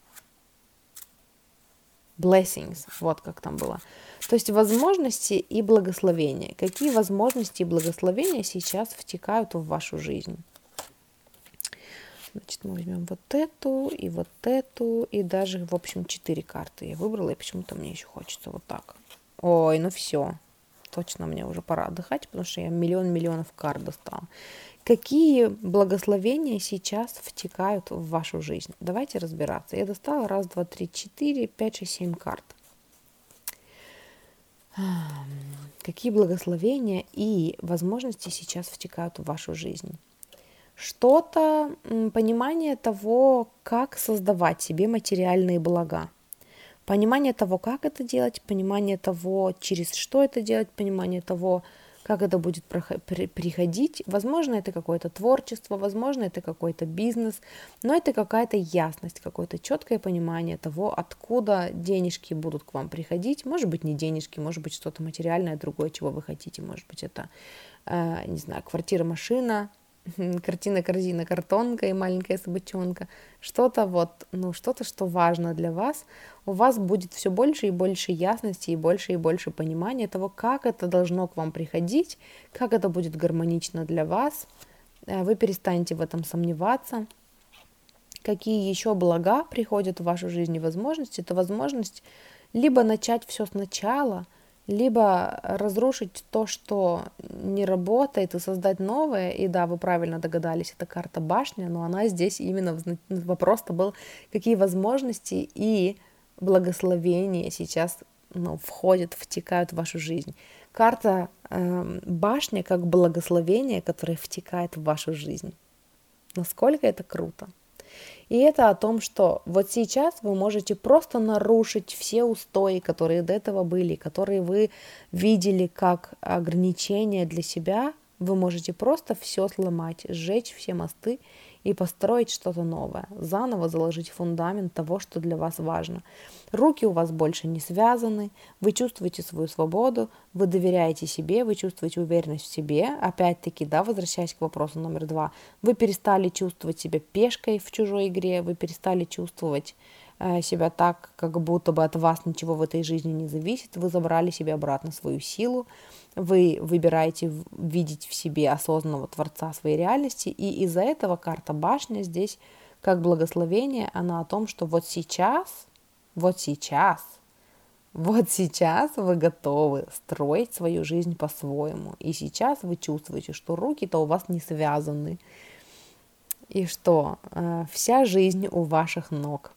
blessings, вот как там было. То есть возможности и благословения. Какие возможности и благословения сейчас втекают в вашу жизнь? Значит, мы возьмем вот эту, и вот эту, и даже, в общем, четыре карты я выбрала, и почему-то мне еще хочется вот так. Ой, ну все, точно мне уже пора отдыхать, потому что я миллион миллионов карт достала. Какие благословения сейчас втекают в вашу жизнь? Давайте разбираться. Я достала раз, два, три, четыре, пять, шесть, семь карт. Какие благословения и возможности сейчас втекают в вашу жизнь? Что-то, понимание того, как создавать себе материальные блага. Понимание того, как это делать, понимание того, через что это делать, понимание того, как это будет приходить. Возможно, это какое-то творчество, возможно, это какой-то бизнес, но это какая-то ясность, какое-то четкое понимание того, откуда денежки будут к вам приходить. Может быть, не денежки, может быть, что-то материальное, другое, чего вы хотите. Может быть, это, не знаю, квартира, машина, картина, корзина, картонка и маленькая собачонка, что-то вот, ну, что-то, что важно для вас, у вас будет все больше и больше ясности и больше и больше понимания того, как это должно к вам приходить, как это будет гармонично для вас, вы перестанете в этом сомневаться. Какие еще блага приходят в вашу жизнь и возможности, это возможность либо начать все сначала, либо разрушить то, что не работает, и создать новое. И да, вы правильно догадались, это карта башня, но она здесь именно, вопрос-то был, какие возможности и благословения сейчас, ну, входят, втекают в вашу жизнь. Карта э, башня как благословение, которое втекает в вашу жизнь. Насколько это круто. И это о том, что вот сейчас вы можете просто нарушить все устои, которые до этого были, которые вы видели как ограничения для себя. Вы можете просто все сломать, сжечь все мосты и построить что-то новое, заново заложить фундамент того, что для вас важно. Руки у вас больше не связаны, вы чувствуете свою свободу, вы доверяете себе, вы чувствуете уверенность в себе. Опять-таки, да, возвращаясь к вопросу номер два, вы перестали чувствовать себя пешкой в чужой игре, вы перестали чувствовать э, себя так, как будто бы от вас ничего в этой жизни не зависит, вы забрали себе обратно свою силу, вы выбираете видеть в себе осознанного творца своей реальности, и из-за этого карта башня здесь как благословение, она о том, что вот сейчас, вот сейчас, вот сейчас вы готовы строить свою жизнь по-своему, и сейчас вы чувствуете, что руки-то у вас не связаны, и что э, вся жизнь у ваших ног.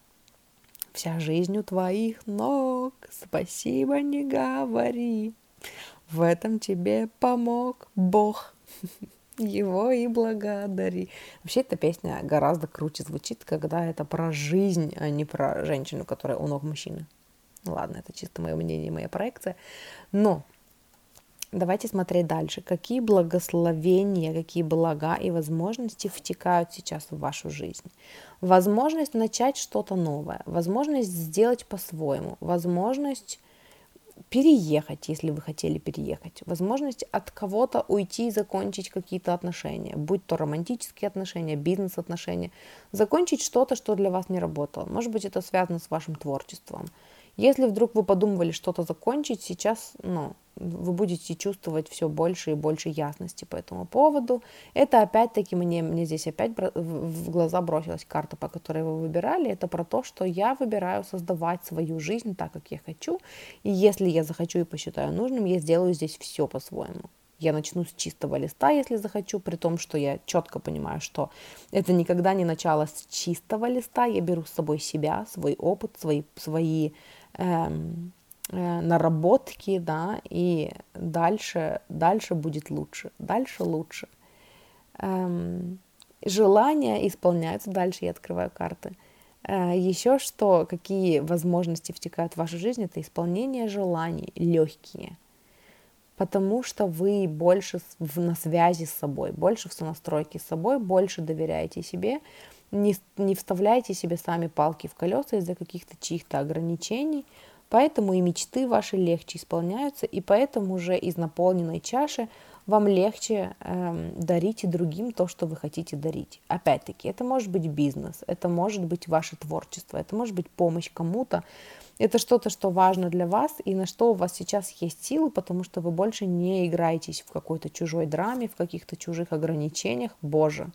Вся жизнь у твоих ног, спасибо не говори. В этом тебе помог Бог, его и благодари. Вообще эта песня гораздо круче звучит, когда это про жизнь, а не про женщину, которая у ног мужчины. Ладно, это чисто мое мнение, моя проекция. Но давайте смотреть дальше. Какие благословения, какие блага и возможности втекают сейчас в вашу жизнь? Возможность начать что-то новое, возможность сделать по-своему, возможность переехать, если вы хотели переехать, возможность от кого-то уйти и закончить какие-то отношения, будь то романтические отношения, бизнес-отношения, закончить что-то, что для вас не работало. Может быть, это связано с вашим творчеством. Если вдруг вы подумывали что-то закончить, сейчас, ну, вы будете чувствовать все больше и больше ясности по этому поводу. Это опять-таки мне, мне здесь опять в глаза бросилась карта, по которой вы выбирали. Это про то, что я выбираю создавать свою жизнь так, как я хочу. И если я захочу и посчитаю нужным, я сделаю здесь все по-своему. Я начну с чистого листа, если захочу, при том, что я четко понимаю, что это никогда не начало с чистого листа. Я беру с собой себя, свой опыт, свои, свои эм, э, наработки, да, и дальше, дальше будет лучше, дальше лучше. Эм, желания исполняются, дальше я открываю карты. Э, еще что, какие возможности втекают в вашу жизнь, это исполнение желаний, легкие. Потому что вы больше в, на связи с собой, больше в сонастройке с собой, больше доверяете себе, не, не вставляете себе сами палки в колеса из-за каких-то чьих-то ограничений, поэтому и мечты ваши легче исполняются, и поэтому уже из наполненной чаши вам легче эм, дарить и другим то, что вы хотите дарить. Опять-таки, это может быть бизнес, это может быть ваше творчество, это может быть помощь кому-то, это что-то, что важно для вас и на что у вас сейчас есть силы, потому что вы больше не играетесь в какой-то чужой драме, в каких-то чужих ограничениях. Боже,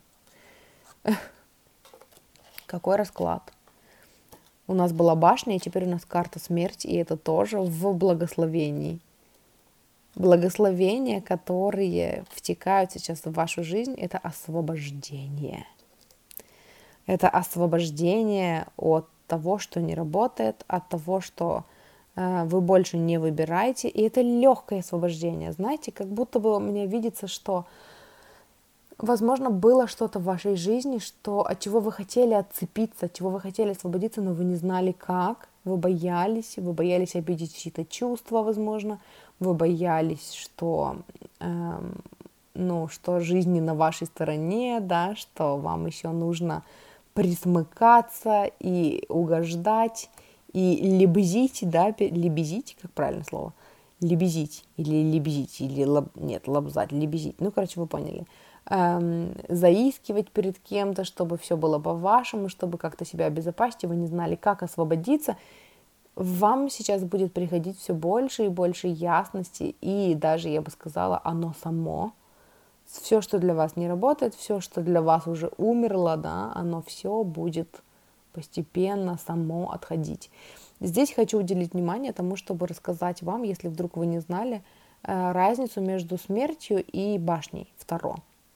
какой расклад. У нас была башня, и теперь у нас карта смерти, и это тоже в благословении. Благословения, которые втекают сейчас в вашу жизнь, это освобождение. Это освобождение от того, что не работает, от того, что э, вы больше не выбираете. И это легкое освобождение. Знаете, как будто бы мне видится, что, возможно, было что-то в вашей жизни, что, от чего вы хотели отцепиться, от чего вы хотели освободиться, но вы не знали как. Вы боялись, вы боялись обидеть чьи-то чувства, возможно. Вы боялись, что, э, ну, что жизнь не на вашей стороне, да, что вам еще нужно присмыкаться и угождать, и лебезить, да, лебезить, как правильное слово, лебезить, или лебезить, или лоб... нет, лобзать, лебезить, ну, короче, вы поняли. Эм, заискивать перед кем-то, чтобы все было по-вашему, чтобы как-то себя обезопасить, и вы не знали, как освободиться. Вам сейчас будет приходить все больше и больше ясности, и даже, я бы сказала, оно само, все, что для вас не работает, все, что для вас уже умерло, да, оно все будет постепенно само отходить. Здесь хочу уделить внимание тому, чтобы рассказать вам, если вдруг вы не знали, э, разницу между смертью и башней в Таро.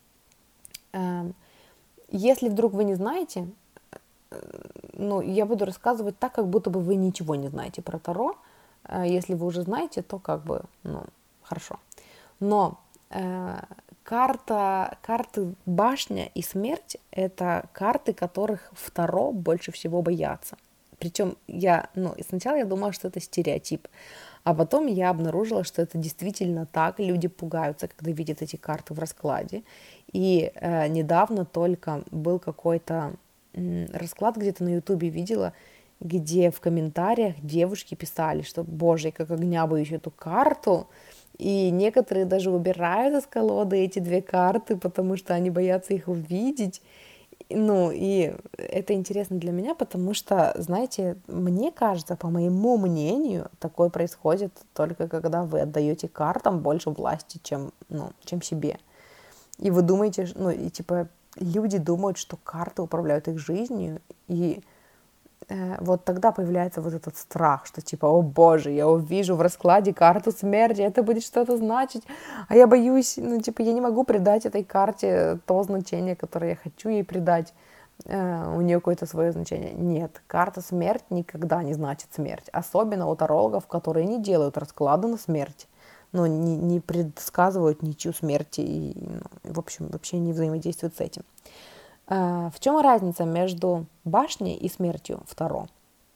Э, Если вдруг вы не знаете, э, ну, я буду рассказывать так, как будто бы вы ничего не знаете про Таро. Э, Если вы уже знаете, то как бы, ну, хорошо. Но э, карта, карты башня и смерть – это карты, которых в Таро больше всего боятся. Причем я, ну, и сначала я думала, что это стереотип, а потом я обнаружила, что это действительно так. Люди пугаются, когда видят эти карты в раскладе. И э, недавно только был какой-то м, расклад, где-то на Ютубе видела, где в комментариях девушки писали, что, боже, я как огня боюсь эту карту. И некоторые даже убирают из колоды эти две карты, потому что они боятся их увидеть. Ну, и это интересно для меня, потому что, знаете, мне кажется, по моему мнению, такое происходит только когда вы отдаете картам больше власти, чем, ну, чем себе. И вы думаете, ну, и типа люди думают, что карты управляют их жизнью, и э, вот тогда появляется вот этот страх, что типа, о боже, я увижу в раскладе карту смерти, это будет что-то значить, а я боюсь, ну, типа, я не могу придать этой карте то значение, которое я хочу ей придать, э, у нее какое-то свое значение. Нет, карта смерть никогда не значит смерть, особенно у тарологов, которые не делают расклады на смерть, но не, не предсказывают ничью смерти и, ну, в общем, вообще не взаимодействуют с этим. В чем разница между башней и смертью в Таро?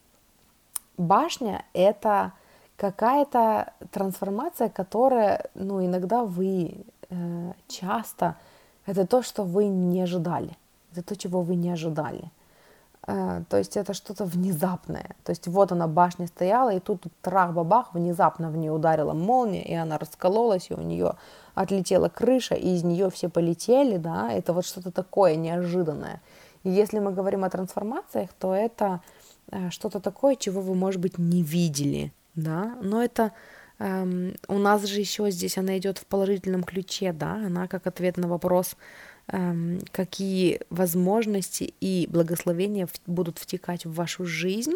Башня – это какая-то трансформация, которая, ну, иногда вы э, часто, это то, что вы не ожидали, это то, чего вы не ожидали. Э, то есть это что-то внезапное. То есть вот она, башня стояла, и тут трах-бабах, внезапно в нее ударила молния, и она раскололась, и у нее отлетела крыша, и из нее все полетели, да, это вот что-то такое неожиданное. И если мы говорим о трансформациях, то это э, что-то такое, чего вы, может быть, не видели, да, но это эм, у нас же еще здесь она идет в положительном ключе, да, она как ответ на вопрос, эм, какие возможности и благословения в, будут втекать в вашу жизнь.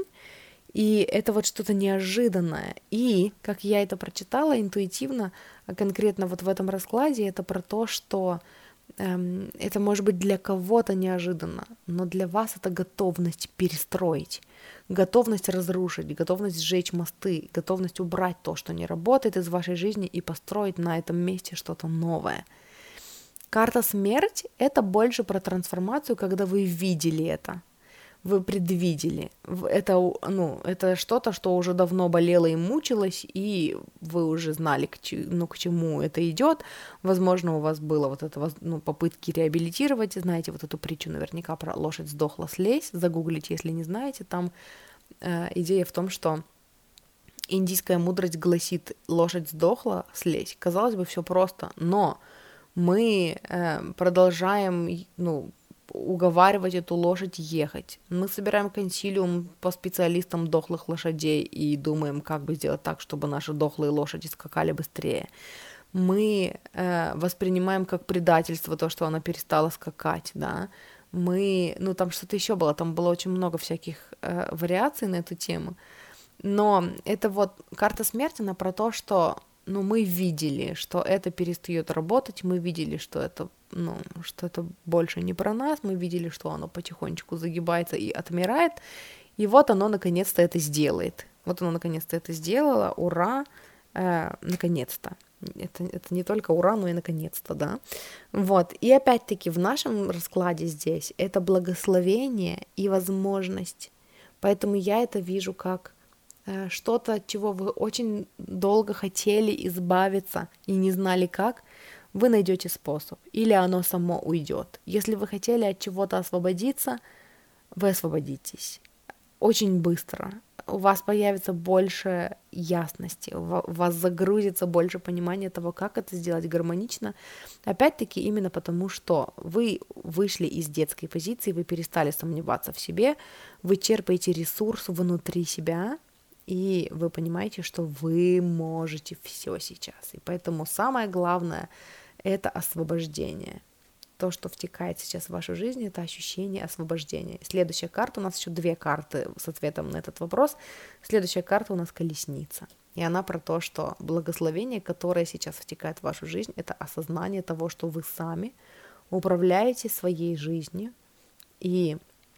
И это вот что-то неожиданное. И, как я это прочитала интуитивно, конкретно вот в этом раскладе, это про то, что эм, это может быть для кого-то неожиданно, но для вас это готовность перестроить, готовность разрушить, готовность сжечь мосты, готовность убрать то, что не работает из вашей жизни и построить на этом месте что-то новое. Карта смерть – это больше про трансформацию, когда вы видели это. Вы предвидели. Это, ну, это что-то, что уже давно болело и мучилось, и вы уже знали, к, ну, к чему это идет. Возможно, у вас было вот это, ну, попытки реабилитировать. Знаете вот эту притчу наверняка про лошадь сдохла, слезь. Загуглите, если не знаете. Там э, идея в том, что индийская мудрость гласит: лошадь сдохла, слезь. Казалось бы, все просто, но мы э, продолжаем, ну, уговаривать эту лошадь ехать. Мы собираем консилиум по специалистам дохлых лошадей и думаем, как бы сделать так, чтобы наши дохлые лошади скакали быстрее. Мы э, воспринимаем как предательство то, что она перестала скакать, да. Мы, ну, там что-то еще было, там было очень много всяких э, вариаций на эту тему. Но это вот карта смерти, она про то, что, ну, мы видели, что это перестает работать, мы видели, что это, ну, что это больше не про нас, мы видели, что оно потихонечку загибается и отмирает, и вот оно наконец-то это сделает. Вот оно наконец-то это сделало, ура, э, наконец-то. Это, это не только ура, но и наконец-то, да. Вот, и опять-таки в нашем раскладе здесь это благословение и возможность, поэтому я это вижу как что-то, от чего вы очень долго хотели избавиться и не знали как, вы найдете способ, или оно само уйдет. Если вы хотели от чего-то освободиться, вы освободитесь очень быстро. у вас появится больше ясности, у вас загрузится больше понимания того, как это сделать гармонично. Опять-таки именно потому, что вы вышли из детской позиции, вы перестали сомневаться в себе, вы черпаете ресурс внутри себя, и вы понимаете, что вы можете все сейчас. И поэтому самое главное — это освобождение. То, что втекает сейчас в вашу жизнь, это ощущение освобождения. Следующая карта, у нас еще две карты с ответом на этот вопрос. Следующая карта у нас колесница. И она про то, что благословение, которое сейчас втекает в вашу жизнь, это осознание того, что вы сами управляете своей жизнью, и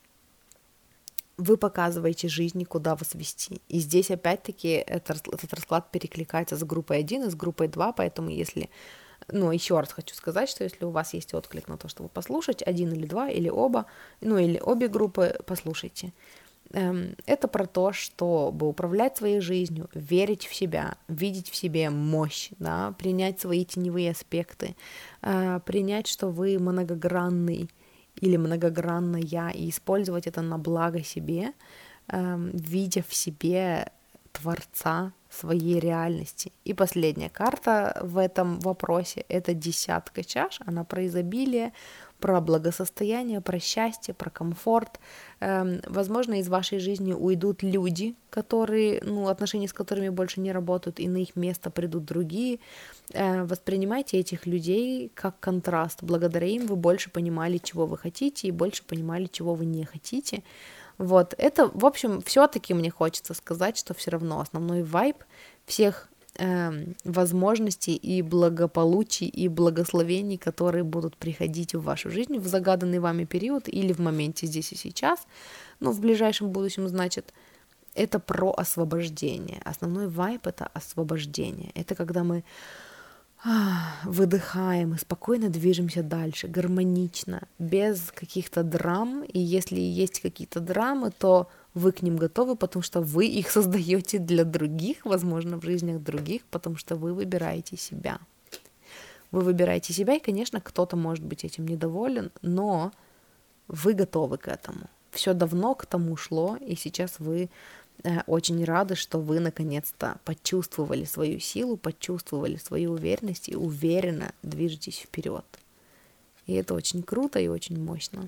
вы показываете жизни, куда вас вести. И здесь опять-таки этот, этот расклад перекликается с группой один и с группой два, поэтому если... Ну, еще раз хочу сказать, что если у вас есть отклик на то, чтобы послушать, один или два, или оба, ну, или обе группы, послушайте. Это про то, чтобы управлять своей жизнью, верить в себя, видеть в себе мощь, да, принять свои теневые аспекты, принять, что вы многогранный или многогранная, и использовать это на благо себе, видя в себе Творца своей реальности. И последняя карта в этом вопросе — это десятка чаш, она про изобилие, про благосостояние, про счастье, про комфорт. Эм, возможно, из вашей жизни уйдут люди, которые, ну, отношения с которыми больше не работают, и на их место придут другие. Э, воспринимайте этих людей как контраст. Благодаря им вы больше понимали, чего вы хотите, и больше понимали, чего вы не хотите. Вот, это, в общем, все-таки мне хочется сказать, что все равно основной вайб всех э, возможностей и благополучий и благословений, которые будут приходить в вашу жизнь в загаданный вами период или в моменте здесь и сейчас, ну, в ближайшем будущем, значит, это про освобождение. Основной вайб — это освобождение. Это когда мы выдыхаем и спокойно движемся дальше, гармонично, без каких-то драм. И если есть какие-то драмы, то вы к ним готовы, потому что вы их создаете для других, возможно, в жизнях других, потому что вы выбираете себя. Вы выбираете себя, и, конечно, кто-то может быть этим недоволен, но вы готовы к этому. Все давно к тому шло, и сейчас вы очень рады, что вы наконец-то почувствовали свою силу, почувствовали свою уверенность и уверенно движетесь вперед. И это очень круто и очень мощно.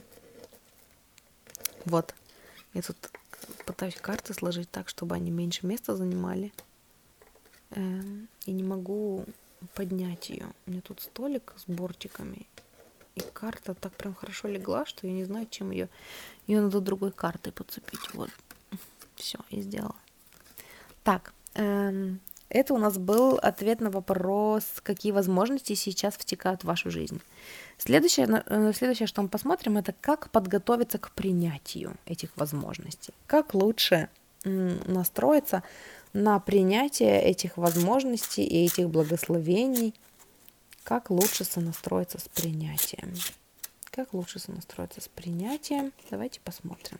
Вот. Я тут пытаюсь карты сложить так, чтобы они меньше места занимали. Эм, и не могу поднять ее. У меня тут столик с бортиками. И карта так прям хорошо легла, что я не знаю, чем ее... Ее надо другой картой подцепить. Вот. Все, и сделала. Так, эм, это у нас был ответ на вопрос, какие возможности сейчас втекают в вашу жизнь. Следующее, э, следующее, что мы посмотрим, это как подготовиться к принятию этих возможностей. Как лучше м, настроиться на принятие этих возможностей и этих благословений. Как лучше сонастроиться с принятием. Как лучше сонастроиться с принятием. Давайте посмотрим.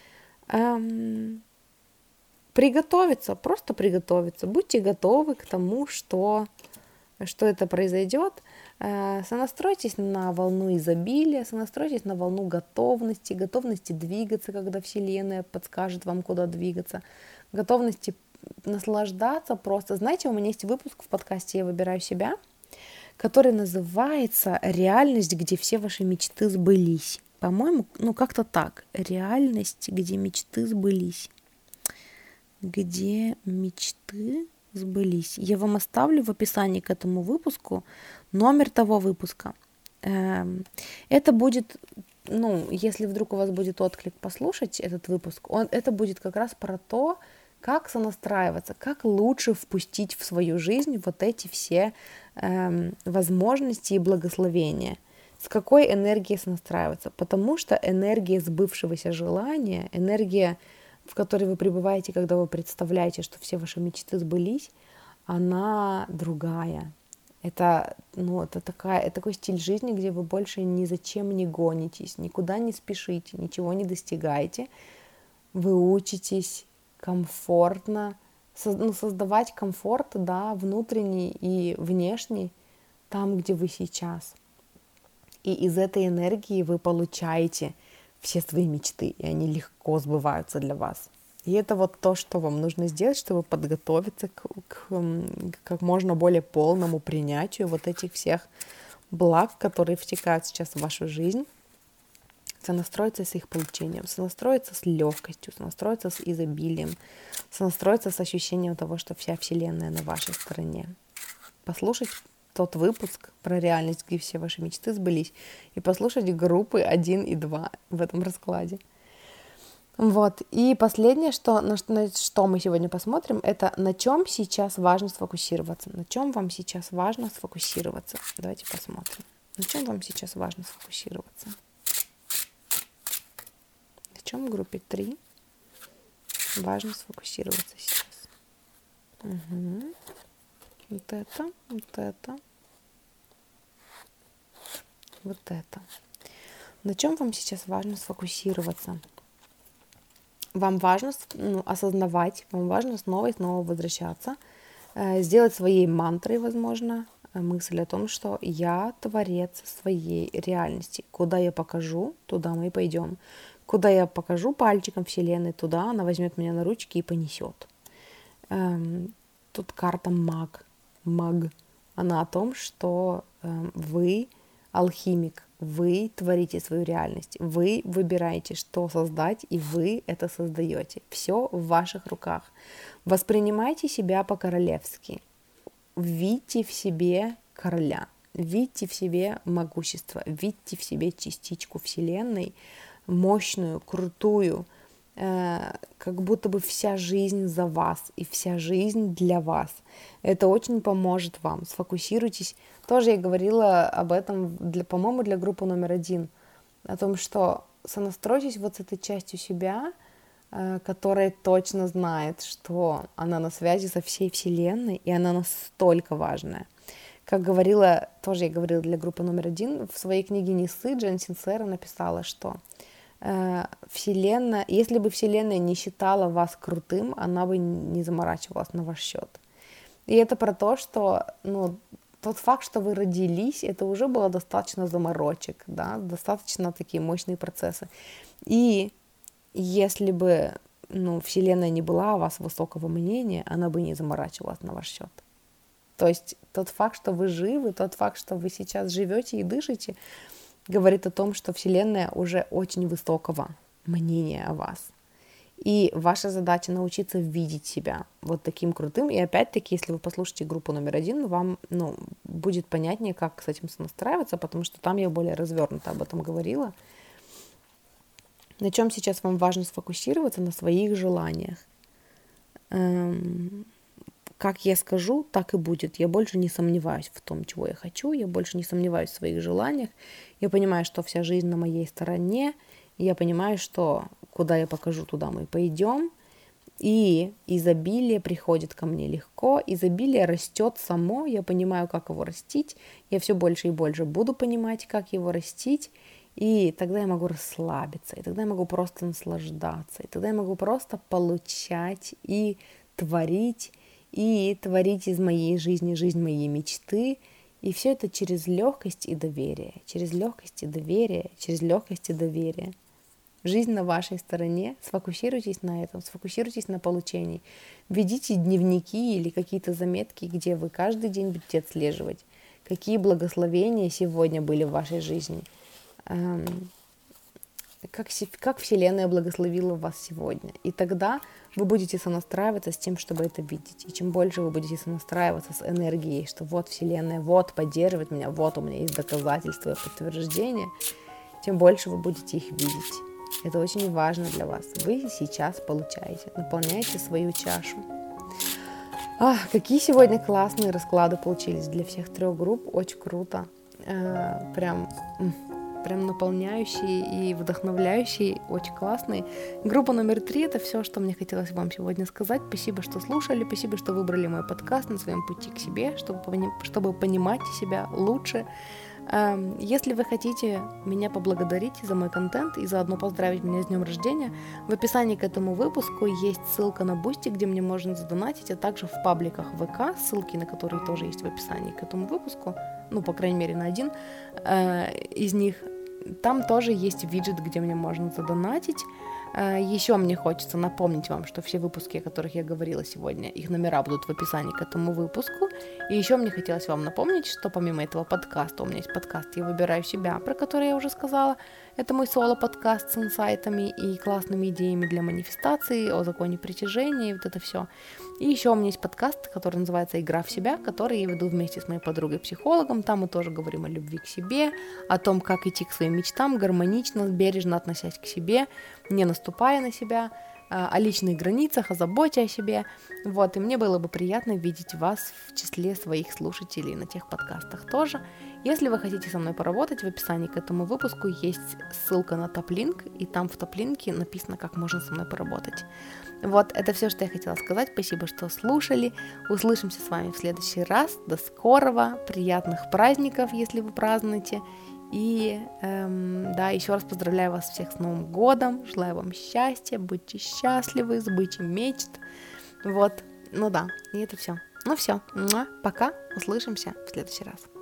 Эм, Приготовиться, просто приготовиться. Будьте готовы к тому, что, что это произойдет. Э, сонастройтесь на волну изобилия, сонастройтесь на волну готовности, готовности двигаться, когда Вселенная подскажет вам, куда двигаться, готовности наслаждаться просто. Знаете, у меня есть выпуск в подкасте «Я выбираю себя», который называется «Реальность, где все ваши мечты сбылись». По-моему, ну как-то так. Реальность, где мечты сбылись. Где мечты сбылись. Я вам оставлю в описании к этому выпуску номер того выпуска. Это будет, ну, если вдруг у вас будет отклик послушать этот выпуск, он, это будет как раз про то, как сонастраиваться, как лучше впустить в свою жизнь вот эти все э, возможности и благословения. С какой энергией сонастраиваться? Потому что энергия сбывшегося желания, энергия, в которой вы пребываете, когда вы представляете, что все ваши мечты сбылись, она другая. Это, ну, это, такая, это такой стиль жизни, где вы больше ни за чем не гонитесь, никуда не спешите, ничего не достигаете. Вы учитесь комфортно, со, ну, создавать комфорт, да, внутренний и внешний, там, где вы сейчас. И из этой энергии вы получаете все свои мечты, и они легко сбываются для вас. И это вот то, что вам нужно сделать, чтобы подготовиться к, к, к как можно более полному принятию вот этих всех благ, которые втекают сейчас в вашу жизнь, сонастроиться с их получением, сонастроиться с легкостью, сонастроиться с изобилием, сонастроиться с ощущением того, что вся Вселенная на вашей стороне. Послушать тот выпуск про реальность, где все ваши мечты сбылись, и послушать группы один и два в этом раскладе. Вот. И последнее, что, на, на что мы сегодня посмотрим, это на чем сейчас важно сфокусироваться. На чем вам сейчас важно сфокусироваться. Давайте посмотрим. На чем вам сейчас важно сфокусироваться. На чем в группе три важно сфокусироваться сейчас. Угу. Вот это, вот это, вот это. На чем вам сейчас важно сфокусироваться? Вам важно ну, осознавать, вам важно снова и снова возвращаться, э, сделать своей мантрой, возможно, мысль о том, что я творец своей реальности. Куда я покажу, туда мы и пойдем. Куда я покажу пальчиком Вселенной, туда она возьмет меня на ручки и понесет. Эм, тут карта маг. Маг. Она о том, что э, вы алхимик, вы творите свою реальность, вы выбираете, что создать, и вы это создаете. Все в ваших руках. Воспринимайте себя по-королевски. Видите в себе короля, видите в себе могущество, видите в себе частичку Вселенной, мощную, крутую, э, как будто бы вся жизнь за вас и вся жизнь для вас. Это очень поможет вам. Сфокусируйтесь. Тоже я говорила об этом, для, по-моему, для группы номер один, о том, что сонастройтесь вот с этой частью себя, э, которая точно знает, что она на связи со всей Вселенной, и она настолько важная. Как говорила, тоже я говорила для группы номер один, в своей книге «Несы» Джен Синсера написала, что э, Вселенная, если бы Вселенная не считала вас крутым, она бы не заморачивалась на ваш счет. И это про то, что, ну, тот факт, что вы родились, это уже было достаточно заморочек, да, достаточно такие мощные процессы. И если бы, ну, Вселенная не была о вас высокого мнения, она бы не заморачивалась на ваш счет. То есть тот факт, что вы живы, тот факт, что вы сейчас живете и дышите, говорит о том, что Вселенная уже очень высокого мнения о вас. И ваша задача научиться видеть себя вот таким крутым. И опять-таки, если вы послушаете группу номер один, вам ну, будет понятнее, как с этим сонастраиваться, потому что там я более развернуто об этом говорила. На чем сейчас вам важно сфокусироваться? На своих желаниях. Эм, как я скажу, так и будет. Я больше не сомневаюсь в том, чего я хочу. Я больше не сомневаюсь в своих желаниях. Я понимаю, что вся жизнь на моей стороне. И я понимаю, что куда я покажу, туда мы пойдем. И изобилие приходит ко мне легко. Изобилие растет само. Я понимаю, как его растить. Я все больше и больше буду понимать, как его растить. И тогда я могу расслабиться. И тогда я могу просто наслаждаться. И тогда я могу просто получать и творить. И творить из моей жизни жизнь моей мечты. И все это через легкость и доверие. Через легкость и доверие. Через легкость и доверие. Жизнь на вашей стороне, сфокусируйтесь на этом, сфокусируйтесь на получении. Ведите дневники или какие-то заметки, где вы каждый день будете отслеживать, какие благословения сегодня были в вашей жизни, эм, как, как Вселенная благословила вас сегодня. И тогда вы будете сонастраиваться с тем, чтобы это видеть. И чем больше вы будете сонастраиваться с энергией, что вот Вселенная, вот поддерживает меня, вот у меня есть доказательства и подтверждения, тем больше вы будете их видеть. Это очень важно для вас. Вы сейчас получаете, наполняете свою чашу. Ах, какие сегодня классные расклады получились для всех трех групп. Очень круто. Э, прям, прям наполняющие и вдохновляющие. Очень классные. Группа номер три — это все, что мне хотелось вам сегодня сказать. Спасибо, что слушали. Спасибо, что выбрали мой подкаст на своем пути к себе, чтобы, чтобы понимать себя лучше. Если вы хотите меня поблагодарить за мой контент и заодно поздравить меня с днем рождения, в описании к этому выпуску есть ссылка на Boosty, где мне можно задонатить, а также в пабликах ВК, ссылки на которые тоже есть в описании к этому выпуску, ну, по крайней мере, на один э, из них. Там тоже есть виджет, где мне можно задонатить. Еще мне хочется напомнить вам, что все выпуски, о которых я говорила сегодня, их номера будут в описании к этому выпуску. И еще мне хотелось вам напомнить, что помимо этого подкаста, у меня есть подкаст «Я выбираю себя», про который я уже сказала. Это мой соло-подкаст с инсайтами и классными идеями для манифестации, о законе притяжения и вот это все. И еще у меня есть подкаст, который называется «Игра в себя», который я веду вместе с моей подругой-психологом. Там мы тоже говорим о любви к себе, о том, как идти к своим мечтам гармонично, бережно относясь к себе, не наступая на себя, о личных границах, о заботе о себе. Вот, и мне было бы приятно видеть вас в числе своих слушателей на тех подкастах тоже. Если вы хотите со мной поработать, в описании к этому выпуску есть ссылка на топ-линк, и там в топ-линке написано, как можно со мной поработать. Вот, это все, что я хотела сказать. Спасибо, что слушали. Услышимся с вами в следующий раз. До скорого. Приятных праздников, если вы празднуете. И эм, да, еще раз поздравляю вас всех с Новым годом, желаю вам счастья, будьте счастливы, сбытия мечт, вот, ну да, и это все. Ну все, пока, услышимся в следующий раз.